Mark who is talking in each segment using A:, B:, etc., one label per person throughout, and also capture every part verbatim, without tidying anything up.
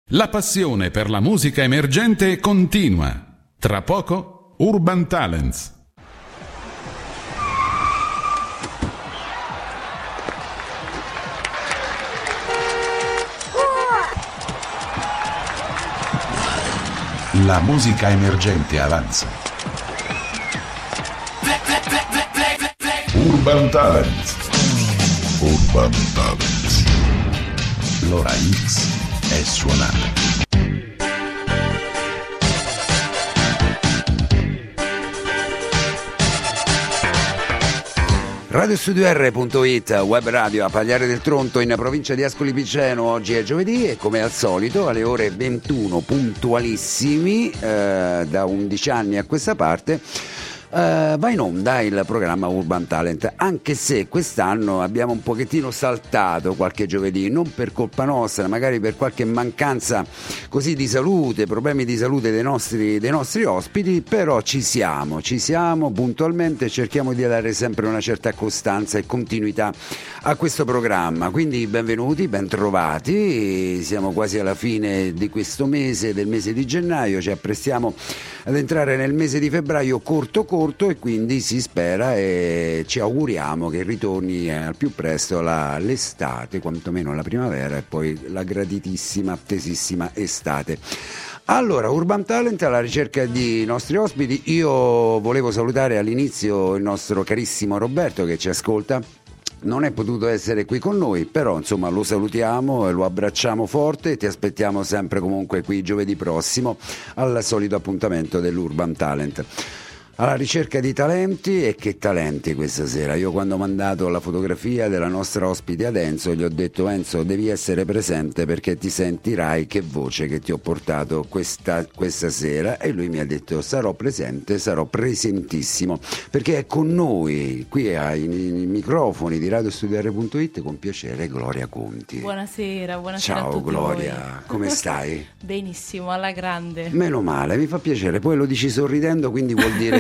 A: La passione per la musica emergente continua. Tra poco, Urban Talents. La musica emergente avanza. Urban Talents. Urban Talents. L'ora X è suonata.
B: radiostudio punto it, web radio a Pagliare del Tronto in provincia di Ascoli Piceno. Oggi è giovedì e come al solito alle ore ventuno puntualissimi, eh, da undici anni a questa parte, Uh, va in onda il programma Urban Talent, anche se quest'anno abbiamo un pochettino saltato qualche giovedì, non per colpa nostra, magari per qualche mancanza così di salute, problemi di salute dei nostri, dei nostri ospiti, però ci siamo, ci siamo puntualmente, cerchiamo di dare sempre una certa costanza e continuità a questo programma, quindi benvenuti, bentrovati, siamo quasi alla fine di questo mese, del mese di gennaio, ci apprestiamo ad entrare nel mese di febbraio corto corto e quindi si spera e ci auguriamo che ritorni al più presto la, l'estate, quantomeno la primavera e poi la graditissima, attesissima estate. Allora, Urban Talent alla ricerca di nostri ospiti. Io volevo salutare all'inizio il nostro carissimo Roberto che ci ascolta. Non è potuto essere qui con noi, però insomma lo salutiamo e lo abbracciamo forte e ti aspettiamo sempre comunque qui giovedì prossimo al solito appuntamento dell'Urban Talent. Alla ricerca di talenti, e che talenti questa sera. Io quando ho mandato la fotografia della nostra ospite ad Enzo gli ho detto: Enzo, devi essere presente perché ti sentirai che voce che ti ho portato questa, questa sera, e lui mi ha detto: sarò presente, sarò presentissimo, perché è con noi qui ai, ai microfoni di radiostudio punto it con piacere Gloria Conti.
C: Buonasera, buonasera.
B: Ciao
C: a tutti
B: Gloria,
C: voi.
B: Come stai?
C: Benissimo, alla grande.
B: Meno male, mi fa piacere, poi lo dici sorridendo, quindi vuol dire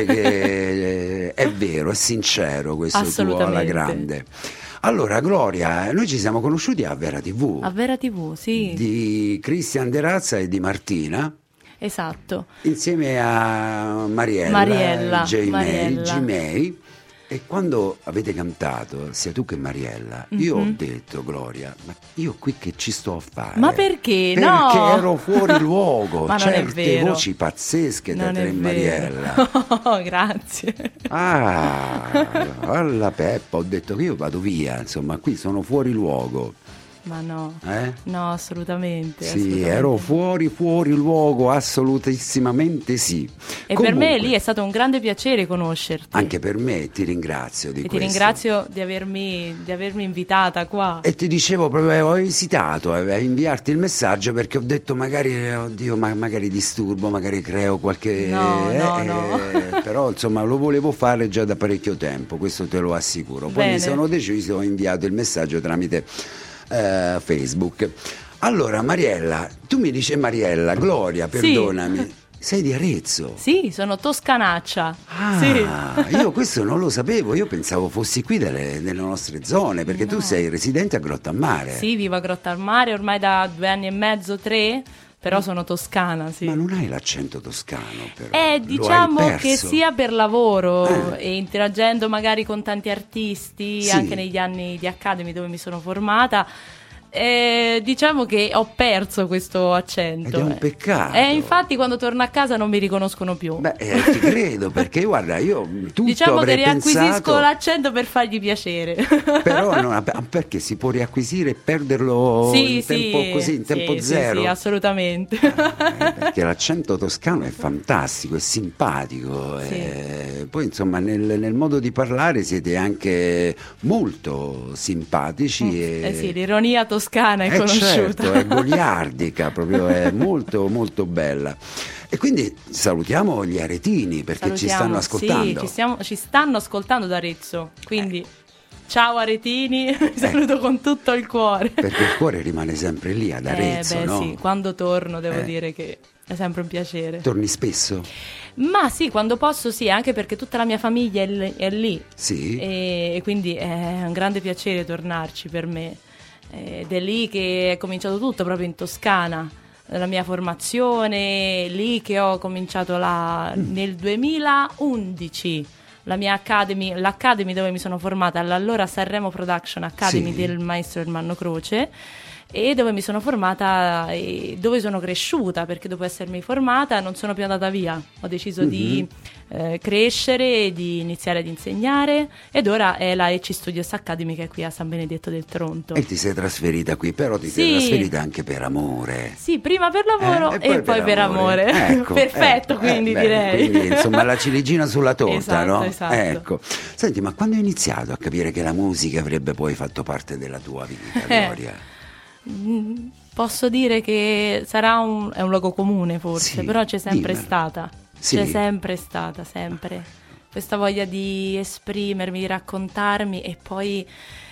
B: che è vero, è sincero questo tuo alla grande. Allora Gloria, noi ci siamo conosciuti a Vera tivù.
C: A Vera tivù, sì.
B: Di Cristian De Razza e di Martina.
C: Esatto.
B: Insieme a Mariella,
C: Mariella,
B: G-May, G-May. E quando avete cantato, sia tu che Mariella, mm-hmm. io ho detto: Gloria, ma io qui che ci sto a fare?
C: Ma perché?
B: Perché
C: no!
B: ero fuori luogo,
C: ma
B: certe voci pazzesche da te e Mariella.
C: Oh, grazie.
B: Ah, alla Peppa, ho detto che io vado via, insomma, qui sono fuori luogo.
C: Ma no,
B: eh?
C: no, assolutamente.
B: Sì,
C: assolutamente.
B: ero fuori, fuori luogo, assolutissimamente sì.
C: E
B: Comunque,
C: per me lì è stato un grande piacere conoscerti.
B: Anche per me, ti ringrazio di
C: e
B: questo.
C: ti ringrazio di avermi, di avermi invitata qua.
B: E ti dicevo proprio, ho esitato a inviarti il messaggio perché ho detto magari, oddio, ma magari disturbo, magari creo qualche...
C: No,
B: eh,
C: no,
B: eh,
C: no.
B: Però insomma lo volevo fare già da parecchio tempo, questo te lo assicuro. Poi
C: Bene.
B: mi sono deciso, ho inviato il messaggio tramite... Uh, Facebook. Allora Mariella, tu mi dici Mariella, Gloria, perdonami, sì. Sei di Arezzo?
C: Sì, sono toscanaccia.
B: Ah,
C: sì.
B: Io questo non lo sapevo, io pensavo fossi qui delle, delle nostre zone, perché
C: no.
B: tu sei residente a Grottammare.
C: Sì, vivo a Grottammare ormai da due anni e mezzo, tre. Però sono toscana, sì.
B: Ma non hai l'accento toscano, però.
C: Eh, diciamo che sia per lavoro
B: eh.
C: e interagendo magari con tanti artisti,
B: sì.
C: anche negli anni di Academy dove mi sono formata, eh, diciamo che ho perso questo accento.
B: Ed è un peccato.
C: E eh, infatti quando torno a casa non mi riconoscono più.
B: Beh, eh, ti credo, perché guarda, io tutto
C: diciamo
B: avrei
C: che riacquisisco
B: pensato...
C: l'accento per fargli piacere.
B: Però non, perché si può riacquisire e perderlo
C: sì,
B: in tempo
C: sì,
B: così, in
C: sì,
B: tempo
C: sì,
B: zero?
C: Sì, assolutamente.
B: Eh, perché l'accento toscano è fantastico, è simpatico.
C: Sì.
B: Eh, poi insomma nel, nel modo di parlare siete anche molto simpatici.
C: Mm,
B: e...
C: Eh sì, l'ironia toscana è
B: eh
C: conosciuta.
B: Certo, è goliardica, proprio è molto molto bella. E quindi salutiamo gli aretini perché
C: Salutiamo,
B: ci stanno ascoltando.
C: Sì, ci, stiamo, ci stanno ascoltando da Arezzo, quindi eh. ciao aretini, vi saluto eh. con tutto il cuore.
B: Perché il cuore rimane sempre lì ad Arezzo,
C: eh, beh,
B: no?
C: Sì, quando torno devo
B: eh.
C: dire che è sempre un piacere.
B: Torni spesso?
C: Ma sì, quando posso sì, anche perché tutta la mia famiglia è lì, è lì.
B: Sì.
C: E, e quindi è un grande piacere tornarci per me. Ed è lì che è cominciato tutto, proprio in Toscana. la mia formazione, lì che ho cominciato la, nel duemilaundici la mia Academy, l'Academy dove mi sono formata, l'allora Sanremo Production Academy, sì, del maestro Ermanno Croce, e dove mi sono formata e dove sono cresciuta, perché dopo essermi formata non sono più andata via, ho deciso mm-hmm. di eh, crescere, di iniziare ad insegnare, ed ora è la E C Studios Academy che è qui a San Benedetto del Tronto.
B: E ti sei trasferita qui, però ti
C: sì.
B: sei trasferita anche per amore.
C: Sì, prima per lavoro eh, e, poi e poi per amore, per amore. Ecco, perfetto, ecco, quindi eh, beh, direi
B: quindi, insomma, la ciliegina sulla torta,
C: esatto,
B: no?
C: Esatto.
B: Ecco. Senti, ma quando hai iniziato a capire che la musica avrebbe poi fatto parte della tua vita, Gloria?
C: Eh. Posso dire che sarà un, è un luogo comune forse, sì, però c'è sempre dimmelo. stata, sì. c'è sempre stata, sempre questa voglia di esprimermi, di raccontarmi, e poi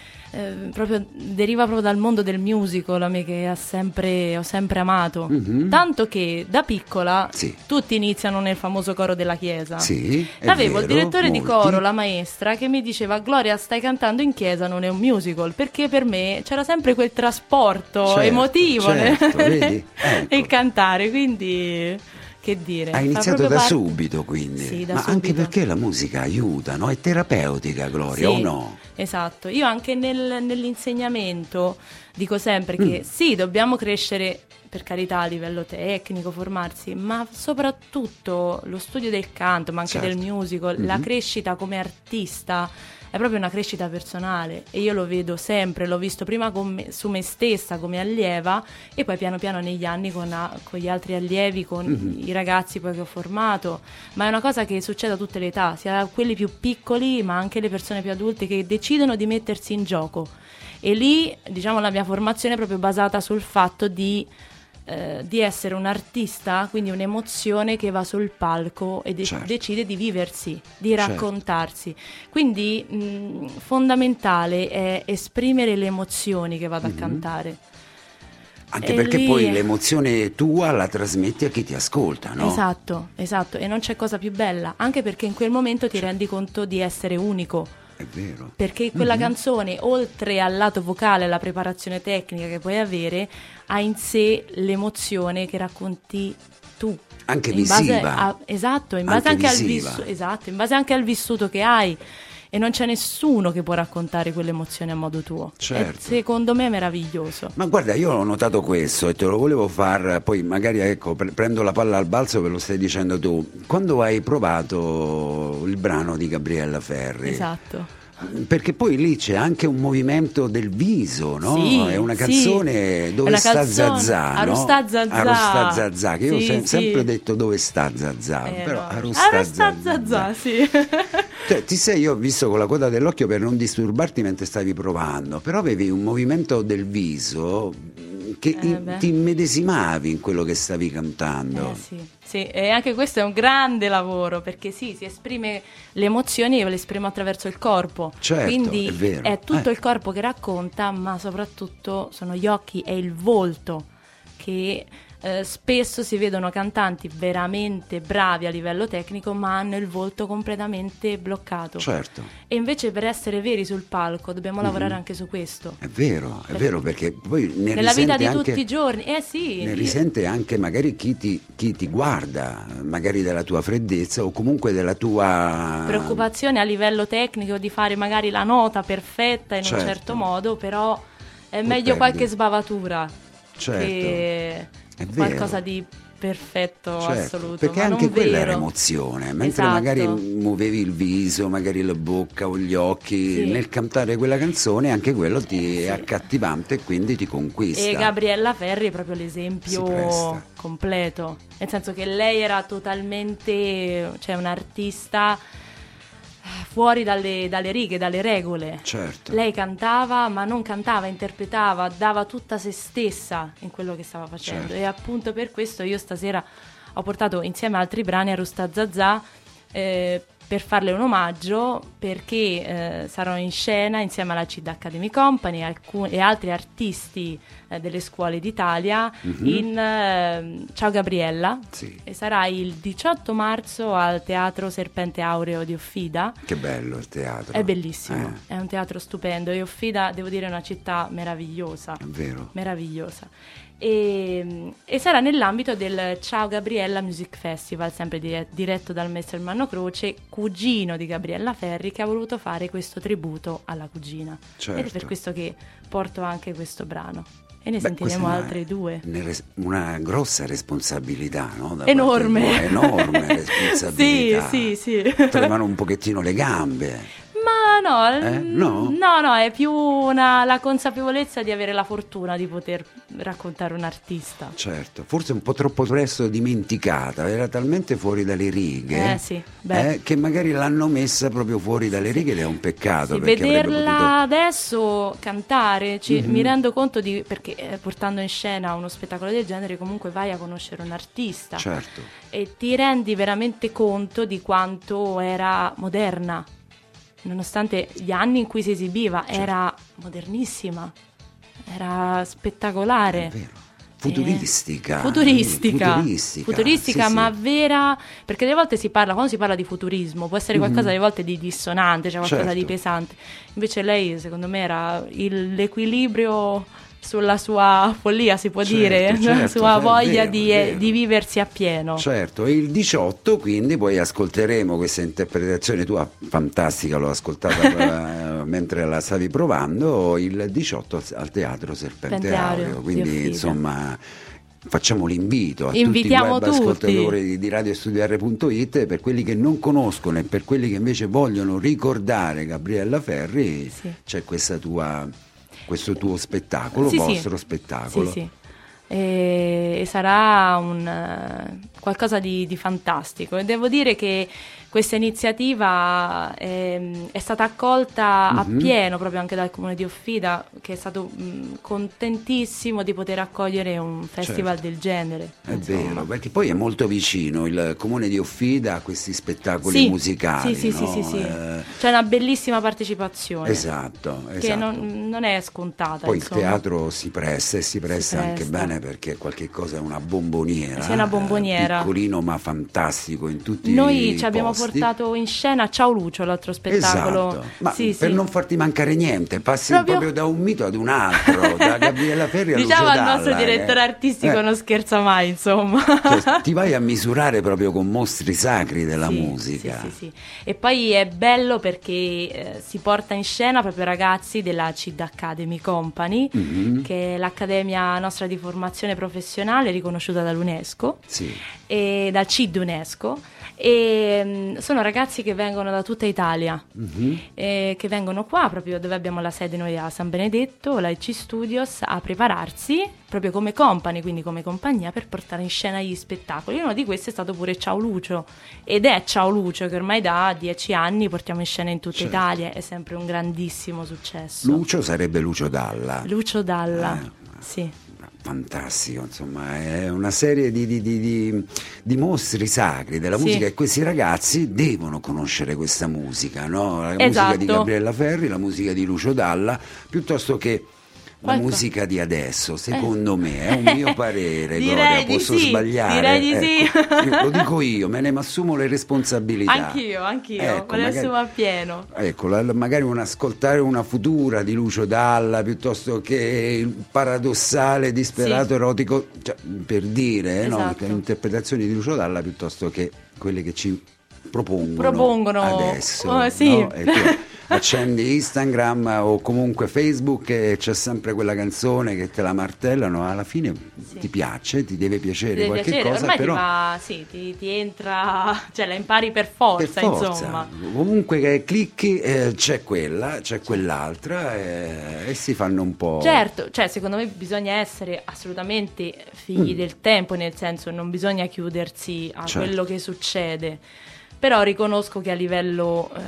C: eh, proprio deriva proprio dal mondo del musical, a me che ha sempre, ho sempre amato, mm-hmm. tanto che da piccola sì. tutti iniziano nel famoso coro della chiesa.
B: Sì,
C: avevo
B: vero,
C: il direttore
B: molti.
C: di coro, la maestra, che mi diceva: Gloria, stai cantando in chiesa, non è un musical, perché per me c'era sempre quel trasporto
B: certo,
C: emotivo
B: certo,
C: nel,
B: vedi? Ecco.
C: nel cantare, quindi che dire.
B: Hai iniziato da
C: parte...
B: subito, quindi.
C: Sì, da
B: ma
C: subito.
B: Anche perché la musica aiuta, no? È terapeutica, Gloria,
C: sì,
B: o no?
C: Esatto, io anche nel, nell'insegnamento dico sempre che mm. sì, dobbiamo crescere, per carità, a livello tecnico, formarsi, ma soprattutto lo studio del canto, ma anche certo. del musical, mm-hmm. la crescita come artista è proprio una crescita personale, e io lo vedo sempre, l'ho visto prima con me, su me stessa come allieva, e poi piano piano negli anni con, a, con gli altri allievi, con mm-hmm. i ragazzi poi che ho formato, ma è una cosa che succede a tutte le età, sia quelli più piccoli ma anche le persone più adulte che decidono di mettersi in gioco, e lì diciamo la mia formazione è proprio basata sul fatto di Eh, di essere un artista, quindi un'emozione che va sul palco e de- certo. decide di viversi, di raccontarsi. Certo. Quindi mh, fondamentale è esprimere le emozioni che vado mm-hmm. a cantare.
B: Anche
C: e
B: perché
C: lì...
B: poi l'emozione tua la trasmetti a chi ti ascolta, no?
C: Esatto, esatto, e non c'è cosa più bella, anche perché in quel momento ti certo. rendi conto di essere unico.
B: È vero.
C: Perché quella mm-hmm. canzone, oltre al lato vocale, alla preparazione tecnica che puoi avere, ha in sé l'emozione che racconti tu.
B: Anche
C: in
B: visiva.
C: Base a, esatto, in base anche, anche al vissuto, esatto, in base anche al vissuto che hai. E non c'è nessuno che può raccontare quell'emozione a modo tuo.
B: Certo.
C: E secondo me è meraviglioso.
B: Ma guarda, io ho notato questo e te lo volevo far, poi magari ecco, pre- prendo la palla al balzo, ve lo stai dicendo tu. Quando hai provato il brano di Gabriella Ferri.
C: Esatto.
B: Perché poi lì c'è anche un movimento del viso, no?
C: Sì,
B: è una canzone
C: sì.
B: dove
C: una
B: sta
C: canzone,
B: Zazà, no?
C: Arustà Zazà.
B: Arustà Zazà, che io ho
C: sì,
B: sem-
C: sì.
B: sempre detto dove sta Zazà,
C: eh,
B: però
C: no.
B: Arustà,
C: Arustà
B: Zazà,
C: Zazà, sì.
B: Cioè, ti sei, io ho visto con la coda dell'occhio per non disturbarti mentre stavi provando, però avevi un movimento del viso che
C: eh,
B: in, ti immedesimavi in quello che stavi cantando.
C: Eh, sì. Sì, e anche questo è un grande lavoro, perché sì, si esprime le emozioni, io le esprimo attraverso il corpo,
B: certo,
C: quindi
B: è, vero.
C: è tutto
B: eh.
C: il corpo che racconta, ma soprattutto sono gli occhi e il volto che eh, spesso si vedono cantanti veramente bravi a livello tecnico, ma hanno il volto completamente bloccato.
B: Certo.
C: E invece per essere veri sul palco dobbiamo mm-hmm. lavorare anche su questo.
B: È vero, è perché vero, perché poi ne
C: nella vita di
B: anche,
C: tutti i giorni, eh sì.
B: Ne risente anche magari chi ti, chi ti guarda, magari della tua freddezza o comunque della tua
C: preoccupazione a livello tecnico di fare magari la nota perfetta in certo. un certo modo, però è meglio perdi. qualche sbavatura
B: certo.
C: che
B: è
C: qualcosa di perfetto,
B: certo,
C: assoluto,
B: perché
C: ma
B: anche
C: non
B: quella
C: vero.
B: era emozione, mentre
C: esatto.
B: magari muovevi il viso, magari la bocca o gli occhi
C: sì.
B: nel cantare quella canzone, anche quello ti
C: eh,
B: è
C: sì.
B: accattivante e quindi ti conquista.
C: E Gabriella Ferri è proprio l'esempio completo, nel senso che lei era totalmente, cioè un'artista fuori dalle, dalle righe, dalle regole.
B: Certo.
C: Lei cantava, ma non cantava, interpretava, dava tutta se stessa in quello che stava facendo.
B: Certo.
C: E appunto per questo io stasera ho portato insieme altri brani a Arustà Zazà eh, per farle un omaggio, perché eh, sarò in scena insieme alla C I D Academy Company alcun- e altri artisti eh, delle scuole d'Italia mm-hmm. in eh, Ciao Gabriella,
B: sì.
C: e sarà il diciotto marzo al Teatro Serpente Aureo di Offida.
B: Che bello il teatro.
C: È bellissimo,
B: eh.
C: è un teatro stupendo, e Offida, devo dire, è una città meravigliosa.
B: È vero.
C: Meravigliosa. E, e sarà nell'ambito del Ciao Gabriella Music Festival, sempre dire, diretto dal maestro Ermanno Croce, cugino di Gabriella Ferri, che ha voluto fare questo tributo alla cugina.
B: Certo.
C: Ed è per questo che porto anche questo brano. E ne
B: Beh,
C: sentiremo altre due.
B: Una grossa responsabilità, no? Da
C: Enorme.
B: Enorme responsabilità.
C: Sì, sì, sì.
B: Tremano un pochettino le gambe.
C: Ma no,
B: Eh? No?
C: no, no, è più una, la consapevolezza di avere la fortuna di poter raccontare un artista.
B: Certo, forse un po' troppo presto dimenticata, era talmente fuori dalle righe
C: Eh, sì, beh.
B: eh, che magari l'hanno messa proprio fuori dalle righe ed è un peccato.
C: Sì,
B: perché
C: vederla
B: avrebbe potuto...
C: adesso cantare, ci,
B: Mhm.
C: mi rendo conto di, perché eh, portando in scena uno spettacolo del genere comunque vai a conoscere un artista
B: Certo.
C: e ti rendi veramente conto di quanto era moderna. Nonostante gli anni in cui si esibiva,
B: Certo.
C: era modernissima, era spettacolare.
B: È vero. Futuristica.
C: Eh, futuristica,
B: Futuristica,
C: futuristica
B: sì,
C: ma
B: sì.
C: vera, perché delle volte si parla, quando si parla di futurismo, può essere qualcosa delle volte di dissonante, cioè qualcosa
B: Certo.
C: di pesante. Invece lei, secondo me, era il- l'equilibrio sulla sua follia, si può
B: Certo,
C: dire,
B: certo,
C: la sua
B: è
C: voglia
B: vero,
C: di,
B: è vero.
C: di viversi appieno.
B: Certo, e il diciotto quindi poi ascolteremo questa interpretazione tua fantastica, l'ho ascoltata eh, mentre la stavi provando, il diciotto al- al Teatro Serpente
C: Serpenteario
B: Aureo,
C: di
B: quindi
C: Offida.
B: insomma facciamo l'invito a
C: Invitiamo
B: tutti i web
C: tutti.
B: ascoltatori di, di radio studio erre punto it, per quelli che non conoscono e per quelli che invece vogliono ricordare Gabriella Ferri,
C: Sì.
B: c'è questa tua, questo tuo spettacolo,
C: Sì, sì.
B: vostro spettacolo.
C: Sì, sì. E, e sarà un, eh, qualcosa di, di fantastico. E devo dire che questa iniziativa è, è stata accolta
B: Mhm.
C: appieno proprio anche dal comune di Offida, che è stato mh, contentissimo di poter accogliere un festival
B: Certo.
C: del genere.
B: È
C: insomma.
B: vero, perché poi è molto vicino il comune di Offida a questi spettacoli
C: Sì,
B: musicali.
C: sì, sì,
B: no?
C: sì, sì, sì.
B: Eh,
C: C'è una bellissima partecipazione.
B: esatto,
C: Che
B: esatto.
C: non, non è scontata.
B: Poi
C: insomma.
B: il teatro si presta e si presta anche
C: presta.
B: bene perché qualche cosa è una bomboniera.
C: Sì, è una bomboniera.
B: eh, piccolino ma fantastico in tutti
C: Noi
B: i
C: ci abbiamo
B: posti.
C: portato in scena Ciao Lucio, l'altro spettacolo.
B: Esatto, ma
C: Sì,
B: per
C: sì.
B: non farti mancare niente, passi
C: Proprio-
B: proprio, da un mito ad un altro, da Gabriella Ferri a
C: Diciamo
B: Lucio
C: al nostro
B: Dalla,
C: direttore
B: eh.
C: artistico
B: Eh,
C: non scherza mai, insomma.
B: cioè, ti vai a misurare proprio con mostri sacri della
C: Sì,
B: musica.
C: Sì, sì, sì. E poi è bello perché eh, si porta in scena proprio ragazzi della C I D Academy Company,
B: Mhm.
C: che è l'accademia nostra di formazione professionale riconosciuta dall'UNESCO
B: Sì.
C: e dal C I D UNESCO. E mm, sono ragazzi che vengono da tutta Italia,
B: Mhm.
C: eh, che vengono qua proprio dove abbiamo la sede noi a San Benedetto, la I C Studios, a prepararsi proprio come company, quindi come compagnia, per portare in scena gli spettacoli. E uno di questi è stato pure Ciao Lucio, ed è Ciao Lucio che ormai da dieci anni portiamo in scena in tutta
B: Certo.
C: Italia, è sempre un grandissimo successo.
B: Lucio sarebbe Lucio Dalla.
C: Lucio Dalla,
B: Eh,
C: sì.
B: Fantastico, insomma, è una serie di, di- di- di- di mostri sacri della
C: Sì.
B: musica e questi ragazzi devono conoscere questa musica, no? La
C: Esatto.
B: musica di Gabriella Ferri, la musica di Lucio Dalla, piuttosto che la
C: Qualco-
B: musica di adesso, secondo me, è un mio parere,
C: Direi
B: Gloria,
C: di
B: posso
C: sì,
B: sbagliare?
C: direi di sì.
B: Ecco, io- lo dico io, me ne assumo le responsabilità.
C: Anch'io, anch'io,
B: Ecco,
C: me ne
B: magari-
C: assumo appieno.
B: Ecco, la- magari un ascoltare una futura di Lucio Dalla piuttosto che il paradossale, disperato,
C: Sì.
B: erotico, cioè, per dire, eh, no?
C: Esatto.
B: Le interpretazioni di Lucio Dalla piuttosto che quelle che ci propongono,
C: Propongono,
B: adesso.
C: oh, sì.
B: No? E tu accendi Instagram o comunque Facebook e c'è sempre quella canzone che te la martellano, alla fine
C: Sì.
B: ti piace, ti deve piacere
C: Ti deve
B: qualche
C: piacere,
B: cosa,
C: ormai
B: però...
C: ti va, sì, ti, ti entra, cioè la impari per forza,
B: Per forza.
C: insomma.
B: Comunque che clicchi eh, c'è quella, c'è quell'altra eh, e si fanno un po'.
C: Certo, cioè secondo me bisogna essere assolutamente figli
B: Mm.
C: del tempo, nel senso non bisogna chiudersi a
B: Certo.
C: quello che succede. Però riconosco che a livello eh,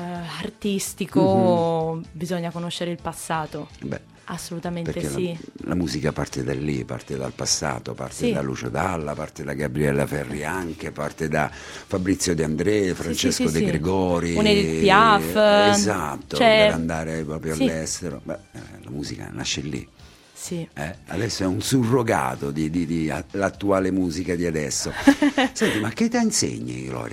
C: artistico
B: Mhm.
C: bisogna conoscere il passato.
B: Beh,
C: Assolutamente
B: perché
C: sì.
B: la, la musica parte da lì, parte dal passato, parte
C: Sì.
B: da Lucio Dalla, parte da Gabriella Ferri anche, parte da Fabrizio De André, Francesco
C: sì, sì,
B: De
C: sì.
B: Gregori.
C: Un Edith Piaf,
B: eh, Esatto,
C: cioè-
B: per andare proprio
C: sì.
B: all'estero. Beh, eh, la musica nasce lì.
C: Sì.
B: Eh, adesso è un surrogato di, di- di a- l'attuale musica di adesso. Senti, ma che età insegni, Gloria?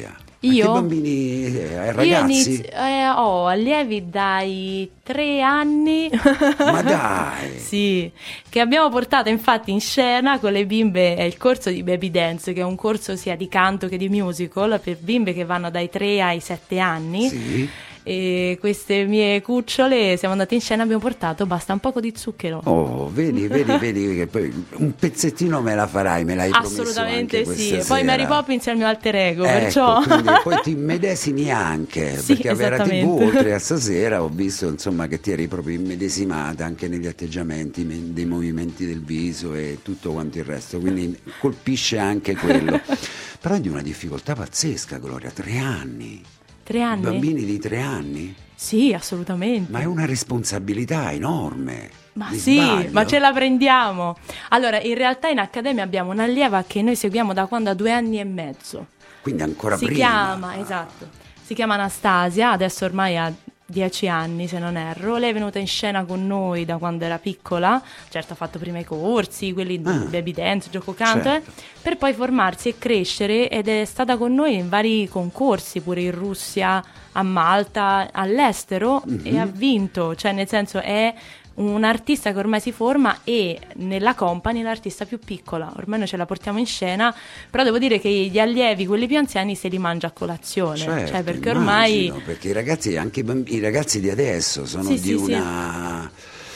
C: Io?
B: Che bambini, eh, ragazzi?
C: Io inizio, eh, ho allievi dai tre anni.
B: Ma dai!
C: Sì, che abbiamo portato infatti in scena con le bimbe, è il corso di Baby Dance, che è un corso sia di canto che di musical per bimbe che vanno dai tre ai sette anni.
B: Sì.
C: E queste mie cucciole siamo andate in scena, abbiamo portato basta un poco di zucchero.
B: Oh, vedi, vedi, vedi che poi un pezzettino me la farai, me l'hai promesso.
C: Assolutamente sì.
B: Sera.
C: Poi Mary Poppins è il mio alter ego,
B: ecco,
C: perciò
B: quindi poi ti immedesimi anche,
C: sì,
B: perché a Vera ti vu,
C: esattamente.
B: oltre a stasera, ho visto insomma che ti eri proprio immedesimata anche negli atteggiamenti, me- dei movimenti del viso e tutto quanto il resto, quindi colpisce anche quello. Però è di una difficoltà pazzesca, Gloria, tre anni.
C: Tre anni?
B: Bambini di tre anni?
C: Sì, assolutamente.
B: Ma è una responsabilità enorme.
C: Ma
B: Mi
C: sì,
B: sbaglio?
C: ma ce la prendiamo. Allora, in realtà in accademia abbiamo un'allieva che noi seguiamo da quando ha due anni e mezzo.
B: Quindi ancora
C: Si
B: prima.
C: chiama, esatto, si chiama Anastasia, adesso ormai ha dieci anni se non erro. Lei è venuta in scena con noi da quando era piccola, certo ha fatto prima i corsi, quelli di
B: Ah,
C: baby dance, gioco canto,
B: certo.
C: eh, per poi formarsi e crescere, ed è stata con noi in vari concorsi, pure in Russia, a Malta, all'estero, e ha vinto, cioè nel senso è un artista che ormai si forma, e nella company è l'artista più piccola, ormai noi ce la portiamo in scena, però devo dire che gli allievi, quelli più anziani, se li mangia a colazione,
B: Certo,
C: cioè perché ormai
B: immagino, perché i ragazzi, anche i, bambi- i ragazzi di adesso sono
C: Sì,
B: di
C: sì, sì.
B: una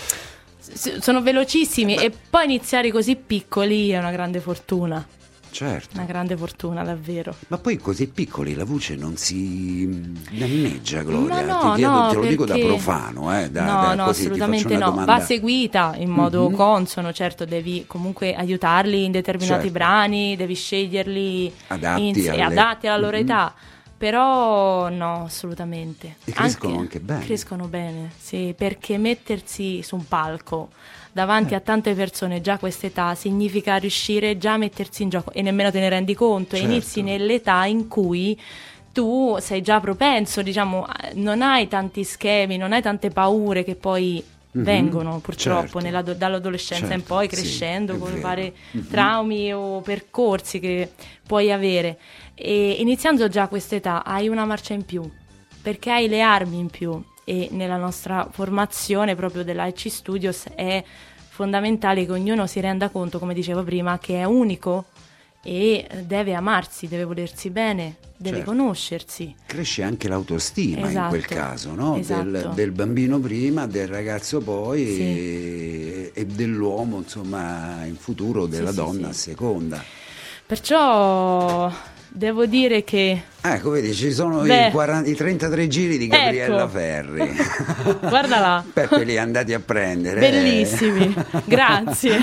C: s- sono velocissimi,
B: Eh, beh.
C: e poi iniziare così piccoli è una grande fortuna,
B: certo.
C: una grande fortuna davvero.
B: Ma poi così piccoli la voce non si danneggia, Gloria.
C: Ma no,
B: Ti chiedo,
C: no,
B: te lo dico da
C: perché-
B: profano, eh, da,
C: no,
B: da-
C: no,
B: così ti faccio
C: assolutamente
B: una
C: no.
B: domanda.
C: Va seguita in modo
B: Mhm.
C: consono, certo, devi comunque aiutarli in determinati
B: Certo.
C: brani, devi sceglierli
B: Adatti
C: in-
B: alle-
C: adatti alla loro
B: Mhm.
C: età. Però no, assolutamente.
B: E crescono anche bene.
C: Crescono bene, sì, perché mettersi su un palco davanti a tante persone già a quest'età significa riuscire già a mettersi in gioco, e nemmeno te ne rendi conto,
B: Certo.
C: e inizi nell'età in cui tu sei già propenso, diciamo, eh, non hai tanti schemi, non hai tante paure che poi
B: Mhm.
C: vengono purtroppo
B: Certo.
C: nella- dall'adolescenza in
B: Certo,
C: poi,
B: sì,
C: crescendo,
B: è
C: con
B: vero.
C: vari
B: Mhm.
C: traumi o percorsi che puoi avere, e iniziando già a quest'età hai una marcia in più, perché hai le armi in più, e nella nostra formazione proprio dell'A C Studios è fondamentale che ognuno si renda conto, come dicevo prima, che è unico e deve amarsi, deve volersi bene, deve
B: Certo.
C: conoscersi.
B: Cresce anche l'autostima in
C: Esatto,
B: quel caso, no?
C: esatto.
B: Del, del bambino prima, del ragazzo poi
C: Sì.
B: e, e dell'uomo, insomma, in futuro, della
C: sì,
B: donna a
C: sì.
B: seconda.
C: Perciò devo dire che
B: Ecco, vedi, ci sono
C: Beh.
B: i, quaranta, i trentatré giri di Gabriella
C: Ecco.
B: Ferri.
C: Guarda là.
B: Peppe li è andati a prendere.
C: Bellissimi, grazie.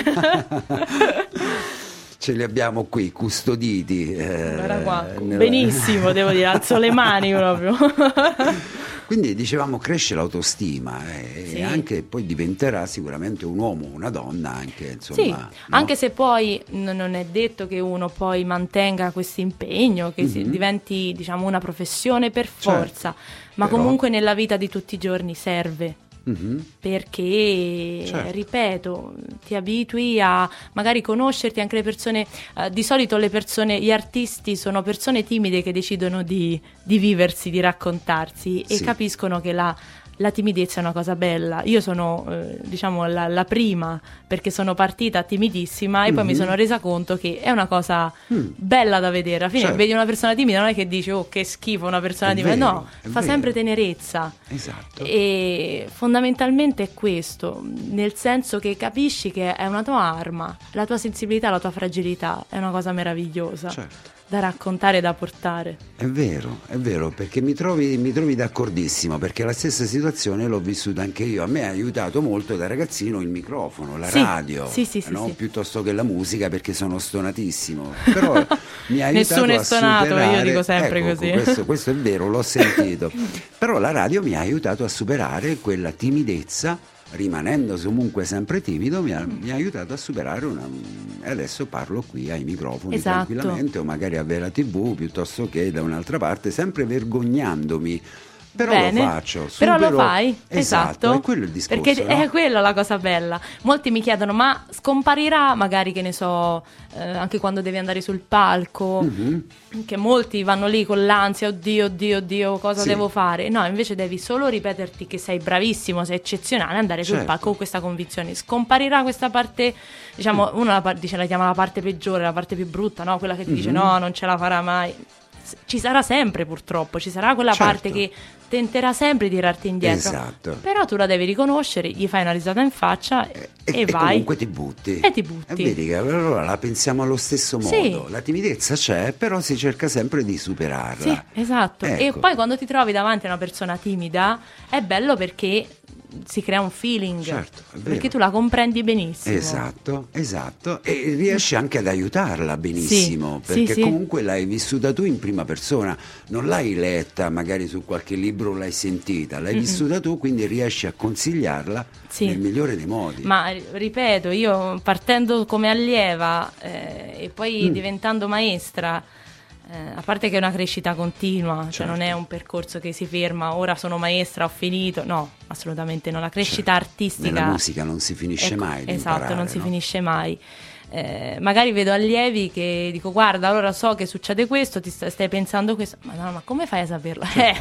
B: Ce li abbiamo qui custoditi. eh,
C: Guarda qua,
B: nella-
C: benissimo, devo dire, alzo le mani proprio.
B: Quindi dicevamo cresce l'autostima eh,
C: Sì.
B: e anche poi diventerà sicuramente un uomo, una donna anche, insomma.
C: Sì,
B: no?
C: anche se poi n- non è detto che uno poi mantenga questo impegno, che si-
B: Mhm.
C: diventi, diciamo, una professione per
B: Certo,
C: forza, ma
B: però-
C: comunque nella vita di tutti i giorni serve.
B: Mhm.
C: Perché,
B: Certo.
C: ripeto, ti abitui a magari conoscerti anche le persone, eh, di solito le persone, gli artisti sono persone timide che decidono di, di viversi, di raccontarsi, e
B: Sì.
C: capiscono che la, la timidezza è una cosa bella. Io sono, eh, diciamo, la, la prima, perché sono partita timidissima e poi
B: Mhm.
C: mi sono resa conto che è una cosa
B: Mm.
C: bella da vedere. Alla fine
B: Certo.
C: vedi una persona timida, non è che dici oh che schifo una persona
B: È
C: timida,
B: vero,
C: no,
B: è
C: fa
B: vero.
C: sempre tenerezza.
B: Esatto.
C: E fondamentalmente è questo, nel senso che capisci che è una tua arma, la tua sensibilità, la tua fragilità è una cosa meravigliosa
B: Certo.
C: da raccontare e da portare.
B: È vero, è vero, perché mi trovi, mi trovi d'accordissimo, perché la stessa situazione l'ho vissuta anche io. A me ha aiutato molto da ragazzino il microfono, la
C: Sì,
B: radio,
C: sì, sì, sì,
B: no?
C: sì.
B: piuttosto che la musica, perché sono stonatissimo. Però mi ha aiutato
C: Nessuno è
B: a
C: stonato, io
B: superare...
C: dico sempre
B: Ecco,
C: così.
B: Questo, questo è vero, l'ho sentito. Però la radio mi ha aiutato a superare quella timidezza, rimanendo comunque sempre timido, mi ha, mi ha aiutato a superare una... E adesso parlo qui ai microfoni
C: Esatto.
B: tranquillamente, o magari a Vera tivù, piuttosto che da un'altra parte, sempre vergognandomi Però
C: bene,
B: lo faccio,
C: però
B: supero...
C: lo fai,
B: esatto,
C: esatto,
B: è quello il discorso,
C: perché
B: no?
C: è quella la cosa bella. Molti mi chiedono, ma scomparirà magari, che ne so, eh, anche quando devi andare sul palco,
B: mm-hmm.
C: che molti vanno lì con l'ansia, oddio, oddio, oddio, cosa
B: sì.
C: devo fare? No, invece devi solo ripeterti che sei bravissimo, sei eccezionale, andare sul
B: certo.
C: palco con questa convinzione. Scomparirà questa parte, diciamo, uno la, dice, la chiama la parte peggiore, la parte più brutta, no? Quella che ti mm-hmm. dice no, non ce la farà mai. Ci sarà sempre, purtroppo, ci sarà quella
B: certo.
C: parte che tenterà sempre di tirarti indietro,
B: esatto.
C: però tu la devi riconoscere, gli fai una risata in faccia e,
B: e,
C: e
B: e
C: vai
B: comunque ti butti
C: e ti butti
B: e vedi che allora la pensiamo allo stesso modo,
C: sì.
B: la timidezza c'è, però si cerca sempre di superarla,
C: sì, esatto, ecco. E poi quando ti trovi davanti a una persona timida è bello perché si crea un feeling,
B: certo,
C: perché tu la comprendi benissimo,
B: esatto, esatto, e riesci anche ad aiutarla benissimo,
C: sì,
B: perché
C: sì,
B: comunque sì. l'hai vissuta tu in prima persona, non l'hai letta magari su qualche libro, l'hai sentita, l'hai mm-hmm. vissuta tu, quindi riesci a consigliarla sì. nel migliore dei modi.
C: Ma ripeto, io partendo come allieva eh, e poi mm. diventando maestra, Eh, a parte che è una crescita continua, certo. cioè non è un percorso che si ferma, ora sono maestra, ho finito, no, assolutamente no, la crescita certo. artistica...
B: Nella musica non si finisce
C: ecco,
B: mai di
C: esatto,
B: imparare,
C: non si
B: no?
C: finisce mai. Eh, magari vedo allievi che dico guarda, allora so che succede questo, ti st- stai pensando questo, ma no, ma come fai a saperlo? Eh,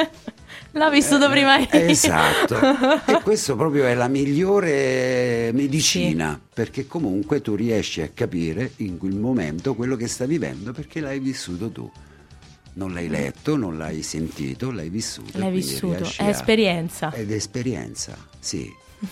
C: l'ha vissuto
B: eh,
C: prima io.
B: Esatto, e questo proprio è la migliore medicina, sì. perché comunque tu riesci a capire in quel momento quello che stai vivendo perché l'hai vissuto tu. Non l'hai letto, non l'hai sentito, l'hai vissuto.
C: L'hai vissuto, è
B: a...
C: esperienza.
B: Ed esperienza, sì.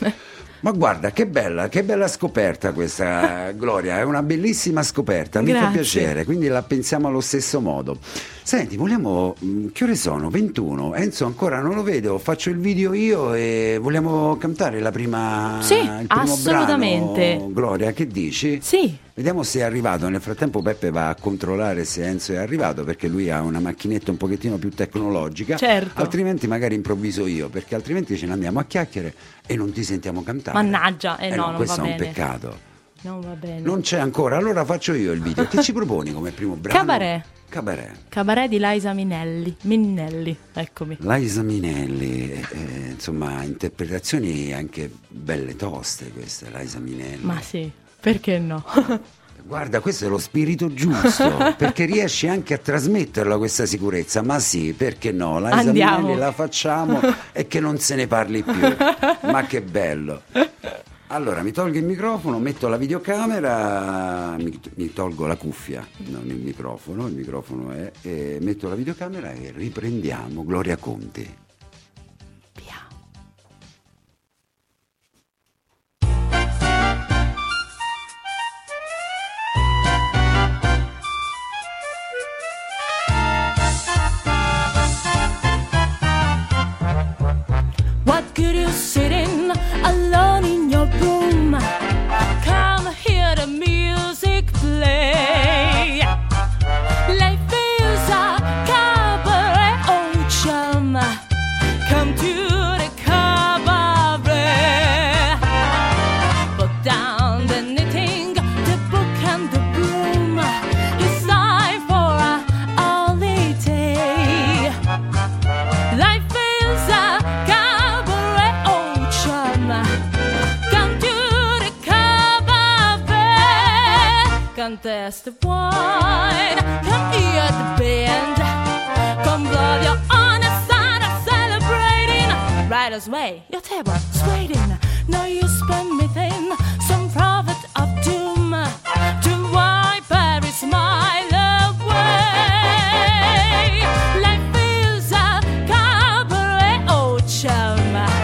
B: Ma guarda, che bella, che bella scoperta questa, Gloria, è una bellissima scoperta, mi
C: Grazie.
B: fa piacere, quindi la pensiamo allo stesso modo. Senti, vogliamo, che ore sono? ventuno, Enzo ancora non lo vedo, faccio il video io e vogliamo cantare la prima,
C: sì,
B: il primo
C: assolutamente.
B: brano, Gloria, che dici?
C: Sì.
B: Vediamo se è arrivato, nel frattempo Peppe va a controllare se Enzo è arrivato perché lui ha una macchinetta un pochettino più tecnologica,
C: certo.
B: altrimenti magari improvviso io, perché altrimenti ce ne andiamo a chiacchiere e non ti sentiamo cantare.
C: Mannaggia, eh,
B: eh
C: no,
B: no,
C: non
B: questo
C: va
B: è un
C: bene.
B: peccato.
C: Non va bene.
B: Non c'è ancora, allora faccio io il video. Che ci proponi come primo brano?
C: Cabaret.
B: Cabaret.
C: Cabaret di Liza Minnelli. Minnelli, eccomi.
B: Liza Minnelli, eh, eh, insomma, interpretazioni anche belle toste queste, Liza Minnelli.
C: Ma sì, perché no?
B: Guarda, questo è lo spirito giusto, perché riesci anche a trasmetterla questa sicurezza, ma sì, perché no? La Minnelli la facciamo e che non se ne parli più, ma che bello. Allora, mi tolgo il microfono, metto la videocamera, mi, mi tolgo la cuffia, non il microfono, il microfono è, e metto la videocamera e riprendiamo Gloria Conti.
C: Sitting alone in your room, come hear the music play. Life is a cabaret, oh chum, come to the cabaret. Put down the knitting, the book and the broom. It's time for a holiday. Life is a contest of wine, come hear the band, come blow your honest sign of celebrating. Right as way, your table is waiting. Now you spend me thin, some prophet of doom, to wipe every smile away. Life is a cabaret, oh chum.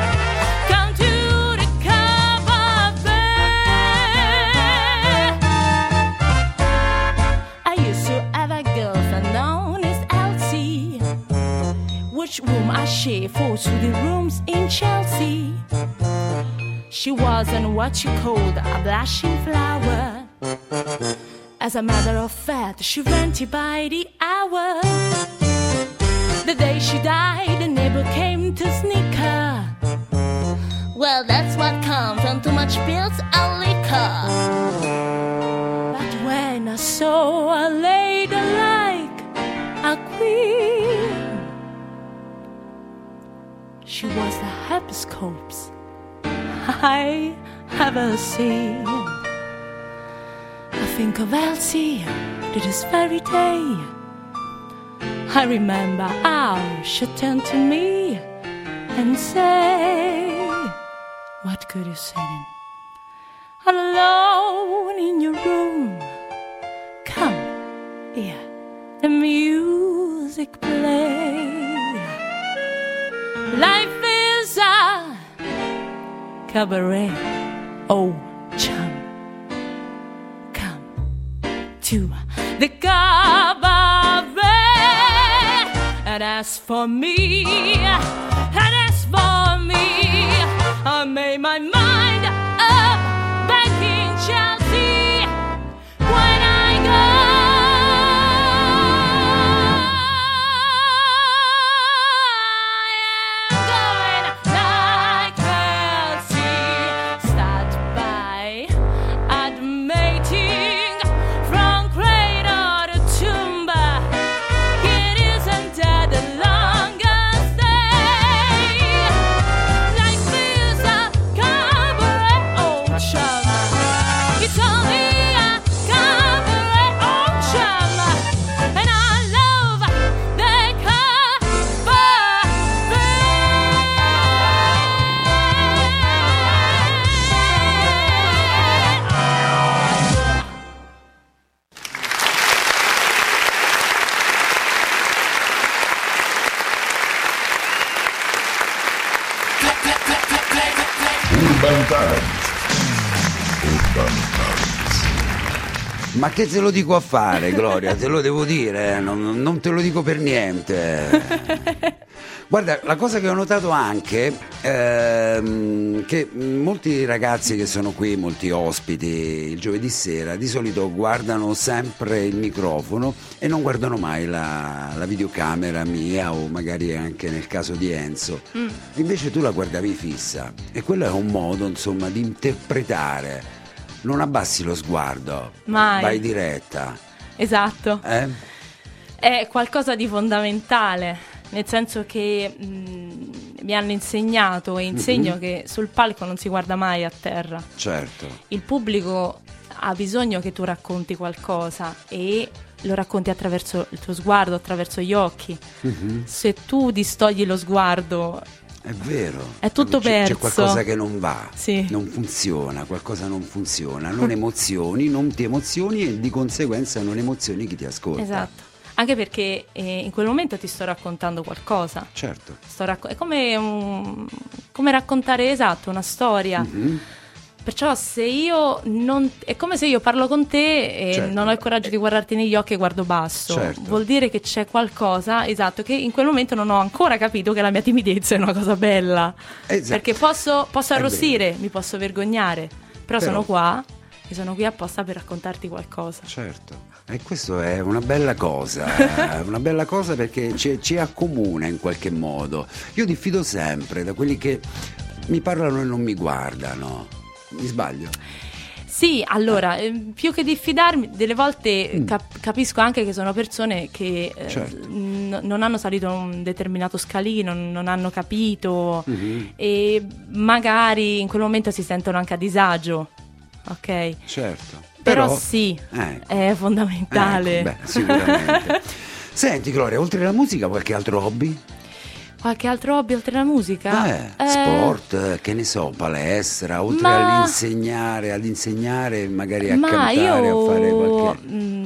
C: Room I share for to the rooms in Chelsea. She wasn't what you called a blushing flower. As a matter of fact, she rented by the hour. The day she died, the neighbor came to sneak her. Well, that's what comes from too much pills and liquor. But when I saw a lady like a queen, She was the happiest corpse I ever seen. I think of Elsie to this very day. I remember how she turned to me and say, what could you say then? Alone in your room, come here, the music play. Life is a cabaret, oh chum, come to the cabaret. And as for me, and as for me, I made my mind up back in Chelsea when I go.
B: Ma che te lo dico a fare, Gloria? Te lo devo dire, non, non te lo dico per niente. Guarda, la cosa che ho notato anche ehm, che molti ragazzi che sono qui, molti ospiti il giovedì sera, di solito guardano sempre il microfono e non guardano mai la, la videocamera mia o magari anche nel caso di Enzo. Mm. Invece tu la guardavi fissa e quello è un modo, insomma, di interpretare. Non abbassi lo sguardo,
C: mai.
B: Vai diretta.
C: Esatto.
B: Eh?
C: È qualcosa di fondamentale, nel senso che mh, mi hanno insegnato e insegno mm-hmm. che sul palco non si guarda mai a terra.
B: Certo.
C: Il pubblico ha bisogno che tu racconti qualcosa e lo racconti attraverso il tuo sguardo, attraverso gli occhi. Mm-hmm. Se tu distogli lo sguardo...
B: È vero,
C: è tutto
B: c'è,
C: perso.
B: C'è qualcosa che non va,
C: sì.
B: non funziona, qualcosa non funziona, non emozioni, non ti emozioni e di conseguenza non emozioni chi ti ascolta.
C: Esatto, anche perché eh, in quel momento ti sto raccontando qualcosa.
B: Certo.
C: Sto racco- è come, un, come raccontare, esatto, una storia. Mm-hmm. Perciò se io non... è come se io parlo con te e certo. non ho il coraggio di guardarti negli occhi e guardo basso.
B: Certo.
C: Vuol dire che c'è qualcosa, esatto, che in quel momento non ho ancora capito che la mia timidezza è una cosa bella. Esatto. Perché posso, posso arrossire, mi posso vergognare, però, però sono qua e sono qui apposta per raccontarti qualcosa.
B: Certo. E questo è una bella cosa, una bella cosa perché ci, ci accomuna in qualche modo. Io diffido sempre da quelli che mi parlano e non mi guardano. Mi sbaglio?
C: Sì, allora, eh, più che diffidarmi, delle volte mm. cap- capisco anche che sono persone che eh, certo. n- non hanno salito un determinato scalino, non, non hanno capito mm-hmm. e magari in quel momento si sentono anche a disagio, ok?
B: Certo.
C: Però,
B: Però
C: sì,
B: eh.
C: è fondamentale.
B: Eh, beh, sicuramente. Senti Gloria, oltre alla musica qualche altro hobby?
C: Qualche altro hobby oltre alla musica?
B: Eh,
C: eh,
B: sport, che ne so, palestra, oltre
C: ma...
B: all'insegnare, ad insegnare, magari a
C: ma
B: cantare,
C: io,
B: a fare qualche...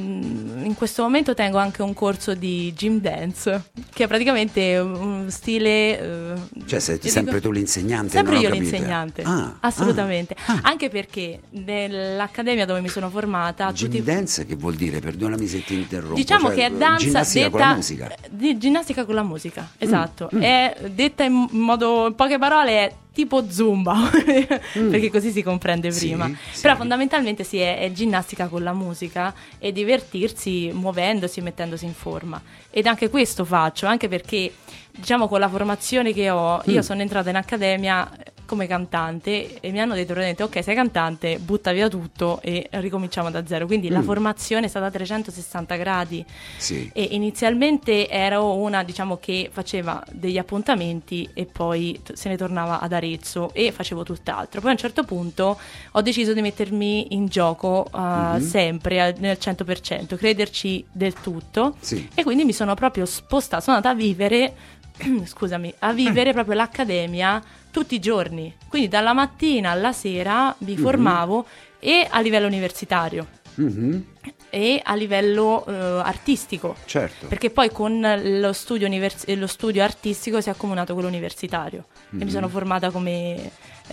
C: Mh, in questo momento tengo anche un corso di gym dance, che è praticamente un stile... Uh,
B: cioè sei sempre dico, tu l'insegnante?
C: Sempre
B: non
C: io
B: ho capito.
C: l'insegnante,
B: ah,
C: assolutamente.
B: Ah, ah.
C: Anche perché nell'accademia dove mi sono formata...
B: Gym
C: tutti...
B: dance che vuol dire? Perdonami se ti interrompo.
C: Diciamo
B: cioè,
C: che è danza
B: ginnastica
C: detta...
B: con la musica.
C: Di, ginnastica con la musica, esatto.
B: Mm, mm.
C: È detta in modo, in poche parole, è tipo zumba, mm. perché così si comprende prima. Sì, però sì. fondamentalmente sì, è, è ginnastica con la musica e divertirsi muovendosi, mettendosi in forma. Ed anche questo faccio, anche perché diciamo con la formazione che ho, mm. io sono entrata in accademia come cantante e mi hanno detto praticamente ok, sei cantante, butta via tutto e ricominciamo da zero, quindi mm. la formazione è stata a trecentosessanta gradi.
B: Sì.
C: E inizialmente ero una, diciamo, che faceva degli appuntamenti e poi t- se ne tornava ad Arezzo e facevo tutt'altro. Poi a un certo punto ho deciso di mettermi in gioco uh, mm-hmm. sempre al, nel cento per cento, crederci del tutto.
B: Sì.
C: E quindi mi sono proprio spostata, sono andata a vivere scusami, a vivere proprio l'accademia tutti i giorni, quindi dalla mattina alla sera mi mm-hmm. formavo e a livello universitario mm-hmm. e a livello uh, artistico,
B: certo,
C: perché poi con lo studio, univers- lo studio artistico si è accomunato quello universitario mm-hmm. e mi sono formata come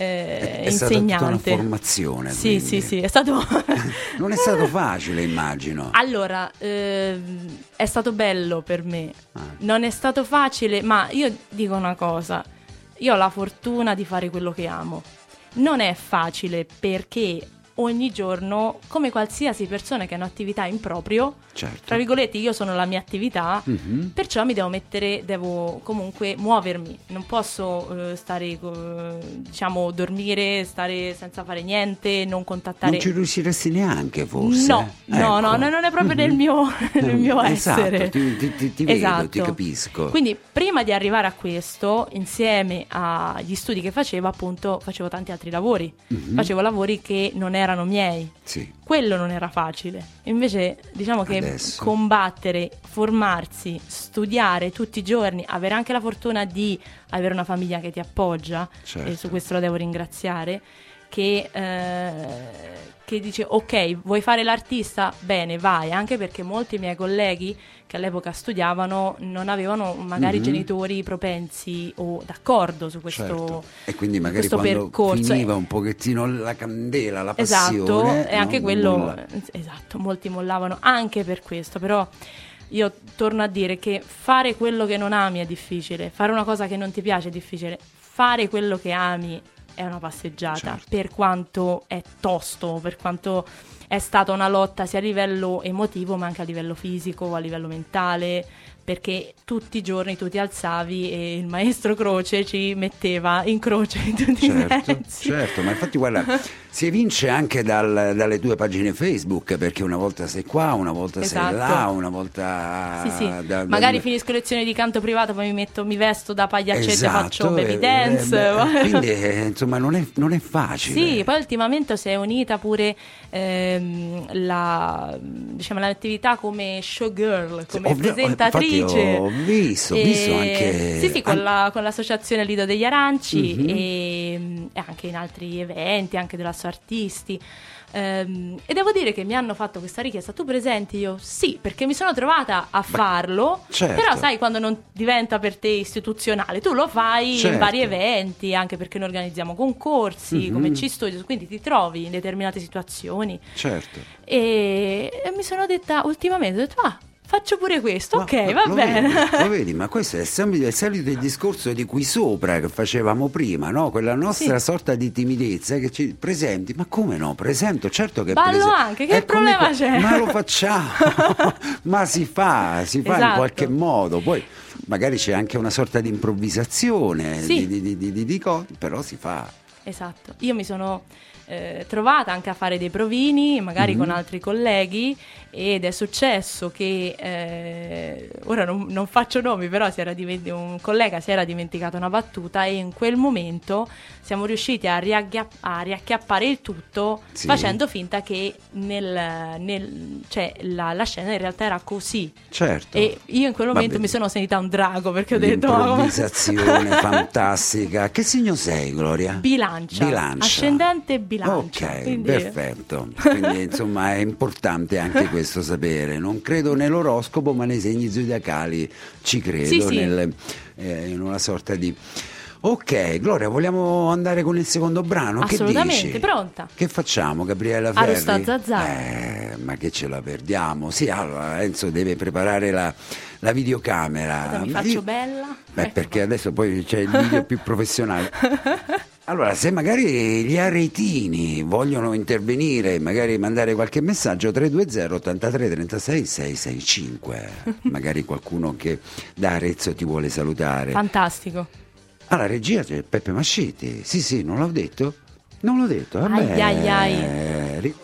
C: eh,
B: è, è
C: insegnante.
B: È stata tutta una formazione.
C: Sì,
B: quindi.
C: sì, sì, è stato
B: non è stato facile, immagino.
C: Allora, eh, è stato bello per me,
B: ah.
C: non è stato facile, ma io dico una cosa, io ho la fortuna di fare quello che amo. Non è facile perché ogni giorno, come qualsiasi persona che ha un'attività in proprio,
B: certo.
C: tra virgolette, io sono la mia attività, mm-hmm. perciò mi devo mettere, devo comunque muovermi, non posso uh, stare, uh, diciamo, dormire, stare senza fare niente, non contattare.
B: Non ci riusciresti neanche, forse?
C: No,
B: ecco.
C: no, no, non è proprio nel mio, nel mio
B: esatto,
C: essere.
B: Ti, ti, ti, ti
C: esatto.
B: vedo, ti capisco.
C: Quindi prima di arrivare a questo, insieme agli studi che facevo, appunto, facevo tanti altri lavori. Mm-hmm. Facevo lavori che non erano miei.
B: Sì.
C: Quello non era facile. Invece, diciamo che
B: adesso.
C: combattere, formarsi, studiare tutti i giorni, avere anche la fortuna di avere una famiglia che ti appoggia,
B: certo.
C: e su questo lo devo ringraziare, che, eh, che dice ok, vuoi fare l'artista? Bene, vai, anche perché molti miei colleghi che all'epoca studiavano non avevano magari mm-hmm. genitori propensi o d'accordo su questo,
B: certo. E quindi magari
C: questo
B: quando
C: percorso
B: finiva un pochettino la candela, la
C: esatto,
B: passione,
C: e anche
B: no?
C: quello
B: Molla.
C: esatto, molti mollavano anche per questo, però io torno a dire che fare quello che non ami è difficile, fare una cosa che non ti piace è difficile, fare quello che ami è una passeggiata, certo. per quanto è tosto, per quanto è stata una lotta sia a livello emotivo ma anche a livello fisico, a livello mentale, perché tutti i giorni tu ti alzavi e il maestro Croce ci metteva in croce in tutti
B: certo,
C: i sensi.
B: Certo, ma infatti guarda, si evince anche dal, dalle tue pagine Facebook, perché una volta sei qua, una volta
C: esatto.
B: sei là, una volta...
C: Sì, sì,
B: da,
C: magari
B: da...
C: finisco lezioni di canto privato, poi mi metto, mi vesto da pagliaccetta
B: esatto,
C: e faccio baby
B: eh,
C: dance.
B: Eh, quindi eh, insomma non è, non è facile.
C: Sì, poi ultimamente si è unita pure ehm, la, diciamo, l'attività come showgirl, come
B: ho,
C: presentatrice.
B: Ho visto, ho
C: e,
B: visto anche...
C: Sì, sì, con, an... la, con l'associazione Lido degli Aranci
B: mm-hmm.
C: e, e anche in altri eventi, anche della So Artisti. Um, e devo dire che mi hanno fatto questa richiesta, tu presenti? Io sì, perché mi sono trovata a farlo.
B: Beh, certo.
C: Però sai, quando non diventa per te istituzionale, tu lo fai
B: certo.
C: in vari eventi, anche perché noi organizziamo concorsi mm-hmm. come C-Studio, quindi ti trovi in determinate situazioni.
B: Certo.
C: E, e mi sono detta ultimamente, ho detto ah, faccio pure questo, ma, ok, ma, va
B: lo
C: bene.
B: Vedi, lo vedi, ma questo è sempre il solito discorso di qui sopra che facevamo prima, no? Quella nostra sì. sorta di timidezza che ci presenti, ma come no? Presento, certo che
C: ballo
B: prese-
C: anche, che
B: eh,
C: problema
B: come,
C: c'è?
B: Ma lo facciamo, ma si fa, si fa
C: esatto.
B: in qualche modo, poi magari c'è anche una sorta di improvvisazione,
C: sì.
B: di, di, di, di, di cose, però si fa.
C: Esatto, io mi sono eh, trovata anche a fare dei provini, magari mm-hmm. con altri colleghi, ed è successo che, eh, ora non, non faccio nomi, però si era divent- un collega si era dimenticato una battuta e in quel momento siamo riusciti a, riagghia- a riacchiappare il tutto sì. facendo finta che nel, nel, cioè, la, la scena in realtà era così.
B: Certo.
C: E io in quel momento
B: Vabbè.
C: mi sono sentita un drago perché ho detto...
B: Improvvisazione fantastica. Che segno sei, Gloria?
C: Bilancia.
B: Bilancia.
C: Ascendente bilancia.
B: Ok,
C: quindi...
B: perfetto. Quindi insomma è importante anche questo sapere. Non credo nell'oroscopo, ma nei segni zodiacali ci credo,
C: sì, sì.
B: Nel, eh, in una sorta di... Ok, Gloria, vogliamo andare con il secondo brano?
C: Assolutamente,
B: che dici?
C: Pronta.
B: Che facciamo, Gabriella Ferri?
C: Arosta Zazà.
B: Eh, ma che ce la perdiamo? Sì, allora Enzo deve preparare la, la videocamera.
C: Aspetta, mi faccio
B: Io...
C: bella?
B: Beh,
C: ecco.
B: Perché adesso poi c'è il video più professionale. Allora, se magari gli aretini vogliono intervenire, magari mandare qualche messaggio, tre due zero ottantatré trentasei seicentosessantacinque. Magari qualcuno che da Arezzo ti vuole salutare.
C: Fantastico.
B: Alla regia c'è Peppe Mascetti. Sì, sì, non l'ho detto? Non l'ho detto. Vabbè.
C: Ai, ai, ai.
B: Ri-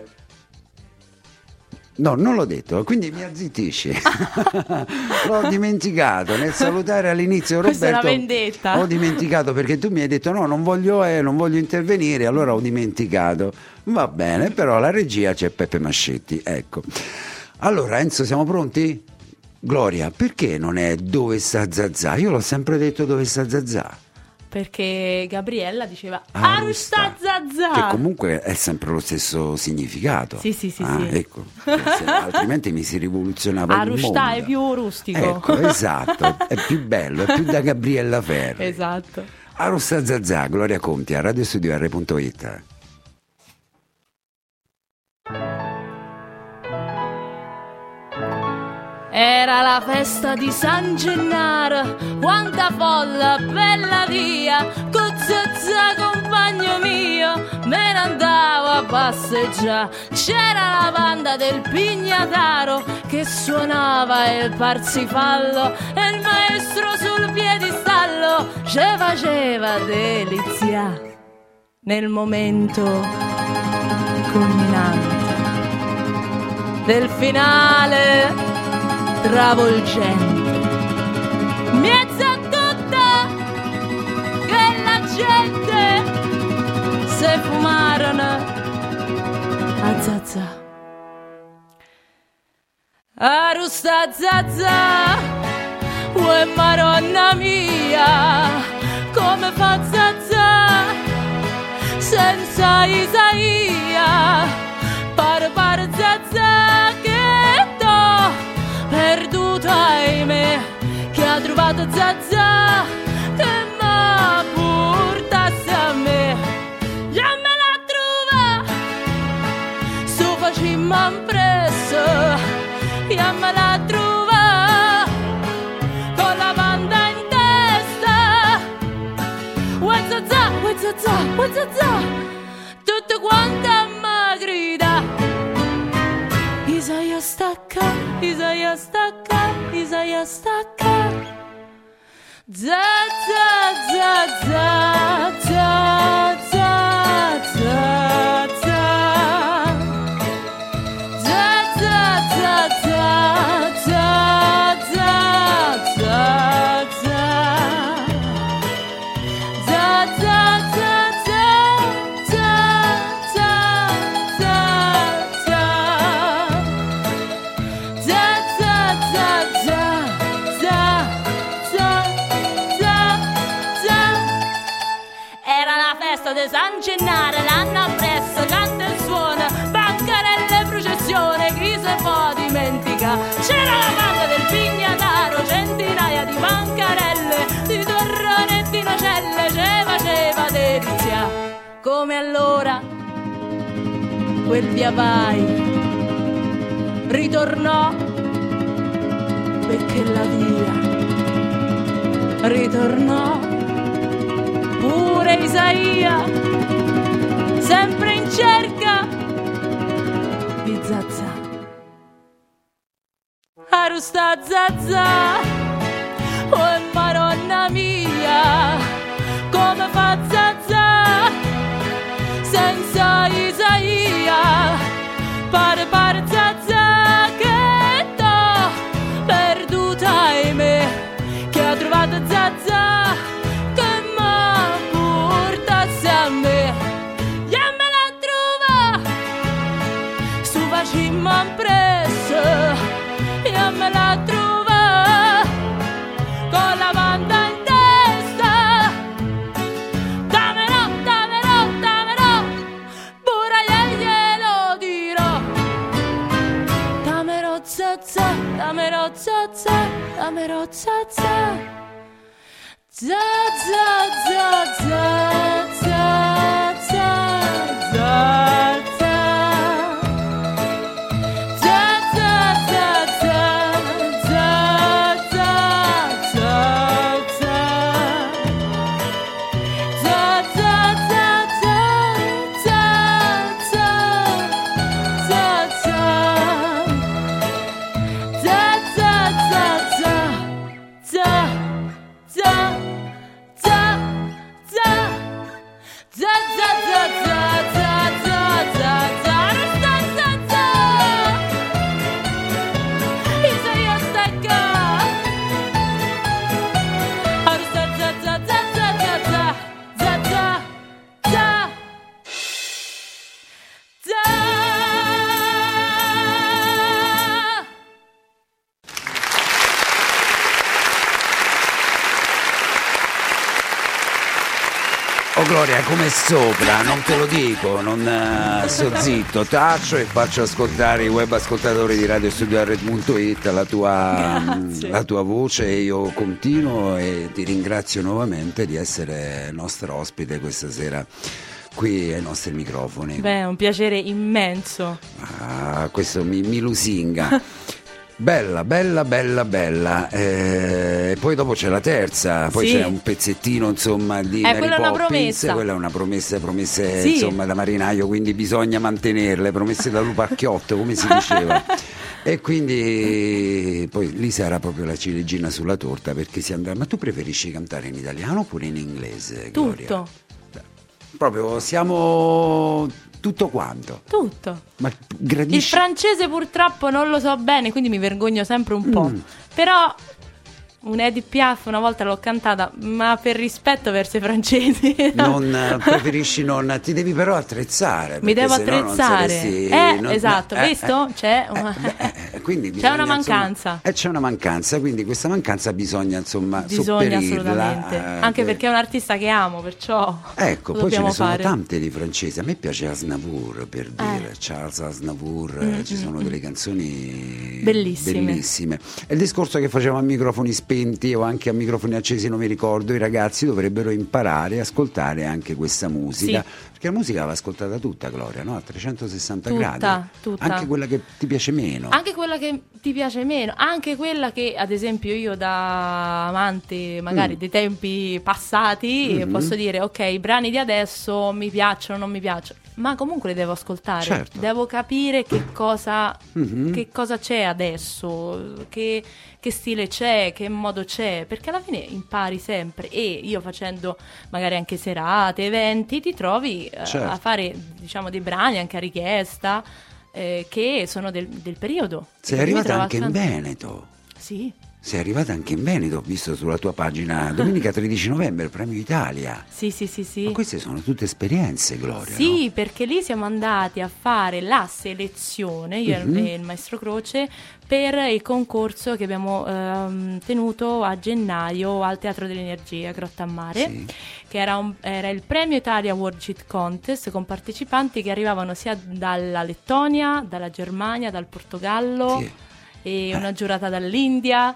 B: No, non l'ho detto, quindi mi azzittisce. L'ho dimenticato nel salutare all'inizio Roberto.
C: Questa è una vendetta.
B: Ho dimenticato perché tu mi hai detto no, non voglio, eh, non voglio intervenire, allora ho dimenticato. Va bene, però alla regia c'è Peppe Mascetti, ecco. Allora Enzo, siamo pronti? Gloria, perché non è Dove sta Zazà? Io l'ho sempre detto Dove sta Zazà.
C: Perché Gabriella diceva Arusta Zazà,
B: che comunque è sempre lo stesso significato.
C: Sì, sì, sì,
B: ah,
C: sì.
B: Ecco, se, altrimenti mi si rivoluzionava il mondo.
C: Arusta è più rustico.
B: Ecco, esatto, è più bello, è più da Gabriella Ferri.
C: Esatto.
B: Arusta Zazà, Gloria Conti a radiostudio erre punto it.
C: Era la festa di San Gennaro, quanta folla, bella via, con Zazà compagno mio, me ne andavo a passeggiare. C'era la banda del Pignataro che suonava il parsifallo e il maestro sul piedistallo ci faceva delizia nel momento culminante del finale travolgente. Mezzo a tutta che la gente se fumarono a Zazà. Arusta Zazà, uè maronna mia, come fa Zazà senza Isaia? Par par Zazà che perduto ahimè, che ha trovato Zazà che m'ha portasse a me. Già me la trova su facimmo impresso, già me la trova con la banda in testa. Uè Zazà, uè Zazà, uè Zazà, tutto quanto mi grida Isaia stacca, Isaia stacca, Isaia stacca. Zazà, zazà, zazà, zazà, zazà, zazà, zazà, di San Gennaro, l'anno appresso, canta e suona, bancarelle e processione, chi se può dimenticare? C'era la banda del Pignataro, centinaia di bancarelle, di torrone e di nocelle, ce faceva delizia. Come allora quel via vai ritornò, perché la via ritornò. Pure Isaia, sempre in cerca di Zazà. Arusta Zazà, oh maronna mia, come fa Zazà senza Isaia? Pare pare Zazà che t'ho perduta ahimè, che ha trovato Zazà facimmo impresso, io me la trova con la banda in testa. Damelo, damelo, damelo, pure glielo dirò. Damelo Zazà, damelo Zazà, damelo Zazà. Zazà, Zazà, Zazà, Zazà. Zazà,
B: Gloria, come sopra, non te lo dico, non uh, sto zitto, taccio e faccio ascoltare i web ascoltatori di radio studio R punto it la tua, mh, la tua voce. Io continuo e ti ringrazio nuovamente di essere nostra ospite questa sera qui ai nostri microfoni.
C: Beh, è un piacere immenso.
B: Ah, questo mi, mi lusinga. Bella, bella, bella, bella. E eh, poi dopo c'è la terza, poi sì. C'è un pezzettino insomma di
C: eh,
B: Mary
C: quella
B: Poppins.
C: È una promessa.
B: Quella è una promessa, promesse
C: sì.
B: insomma da marinaio, quindi bisogna mantenerle, promesse da lupacchiotto, come si diceva. E quindi poi lì sarà proprio la ciliegina sulla torta, perché si andrà. Ma tu preferisci cantare in italiano oppure in inglese, Gloria?
C: Tutto.
B: Proprio siamo tutto quanto.
C: Tutto.
B: Ma gradisci...
C: Il francese purtroppo non lo so bene, quindi mi vergogno sempre un po'. Mm. Però un Edith Piaf una volta l'ho cantata, ma per rispetto verso i francesi.
B: Non preferisci non, ti devi però attrezzare.
C: Mi devo attrezzare.
B: Saresti,
C: eh,
B: non,
C: esatto,
B: eh,
C: visto?
B: Eh,
C: c'è
B: eh, beh, eh, quindi
C: c'è
B: bisogna,
C: una mancanza.
B: Insomma, eh, c'è una mancanza, quindi questa mancanza bisogna insomma
C: bisogna
B: sopperirla.
C: Assolutamente.
B: Eh,
C: Anche
B: che...
C: perché è un artista che amo, perciò
B: ecco,
C: lo
B: poi ce ne sono
C: fare.
B: tante di francesi. A me piace Aznavour, per dire, eh. Charles Aznavour, mm, ci sono mm, delle canzoni
C: bellissime.
B: bellissime. E il discorso che facevamo a microfoni spenti o anche a microfoni accesi, non mi ricordo, i ragazzi dovrebbero imparare a ascoltare anche questa musica, sì. Perché la musica va ascoltata tutta, Gloria, no? A trecentosessanta
C: tutta,
B: gradi,
C: tutta.
B: Anche quella che ti piace meno,
C: anche quella che ti piace meno, anche quella che ad esempio io da amante magari mm. dei tempi passati mm-hmm. posso dire ok, i brani di adesso mi piacciono, non mi piacciono, ma comunque li devo ascoltare,
B: certo.
C: Devo capire che cosa
B: mm-hmm.
C: che cosa c'è adesso, che, che stile c'è, che modo c'è, perché alla fine impari sempre. E io facendo magari anche serate, eventi, ti trovi
B: certo.
C: a fare diciamo dei brani anche a richiesta eh, che sono del, del periodo.
B: Sei arrivata anche in Veneto.
C: Sì.
B: Sei arrivata anche in Veneto, ho visto sulla tua pagina, domenica tredici novembre, Premio Italia.
C: Sì, sì, sì, sì.
B: Ma queste sono tutte esperienze, Gloria,
C: sì,
B: no?
C: Perché lì siamo andati a fare la selezione, io mm-hmm. e il maestro Croce, per il concorso che abbiamo ehm, tenuto a gennaio al Teatro dell'Energia, Grotta a Mare, sì. Che era, un, era il Premio Italia World Cheat Contest, con partecipanti che arrivavano sia dalla Lettonia, dalla Germania, dal Portogallo, sì. E una giurata dall'India.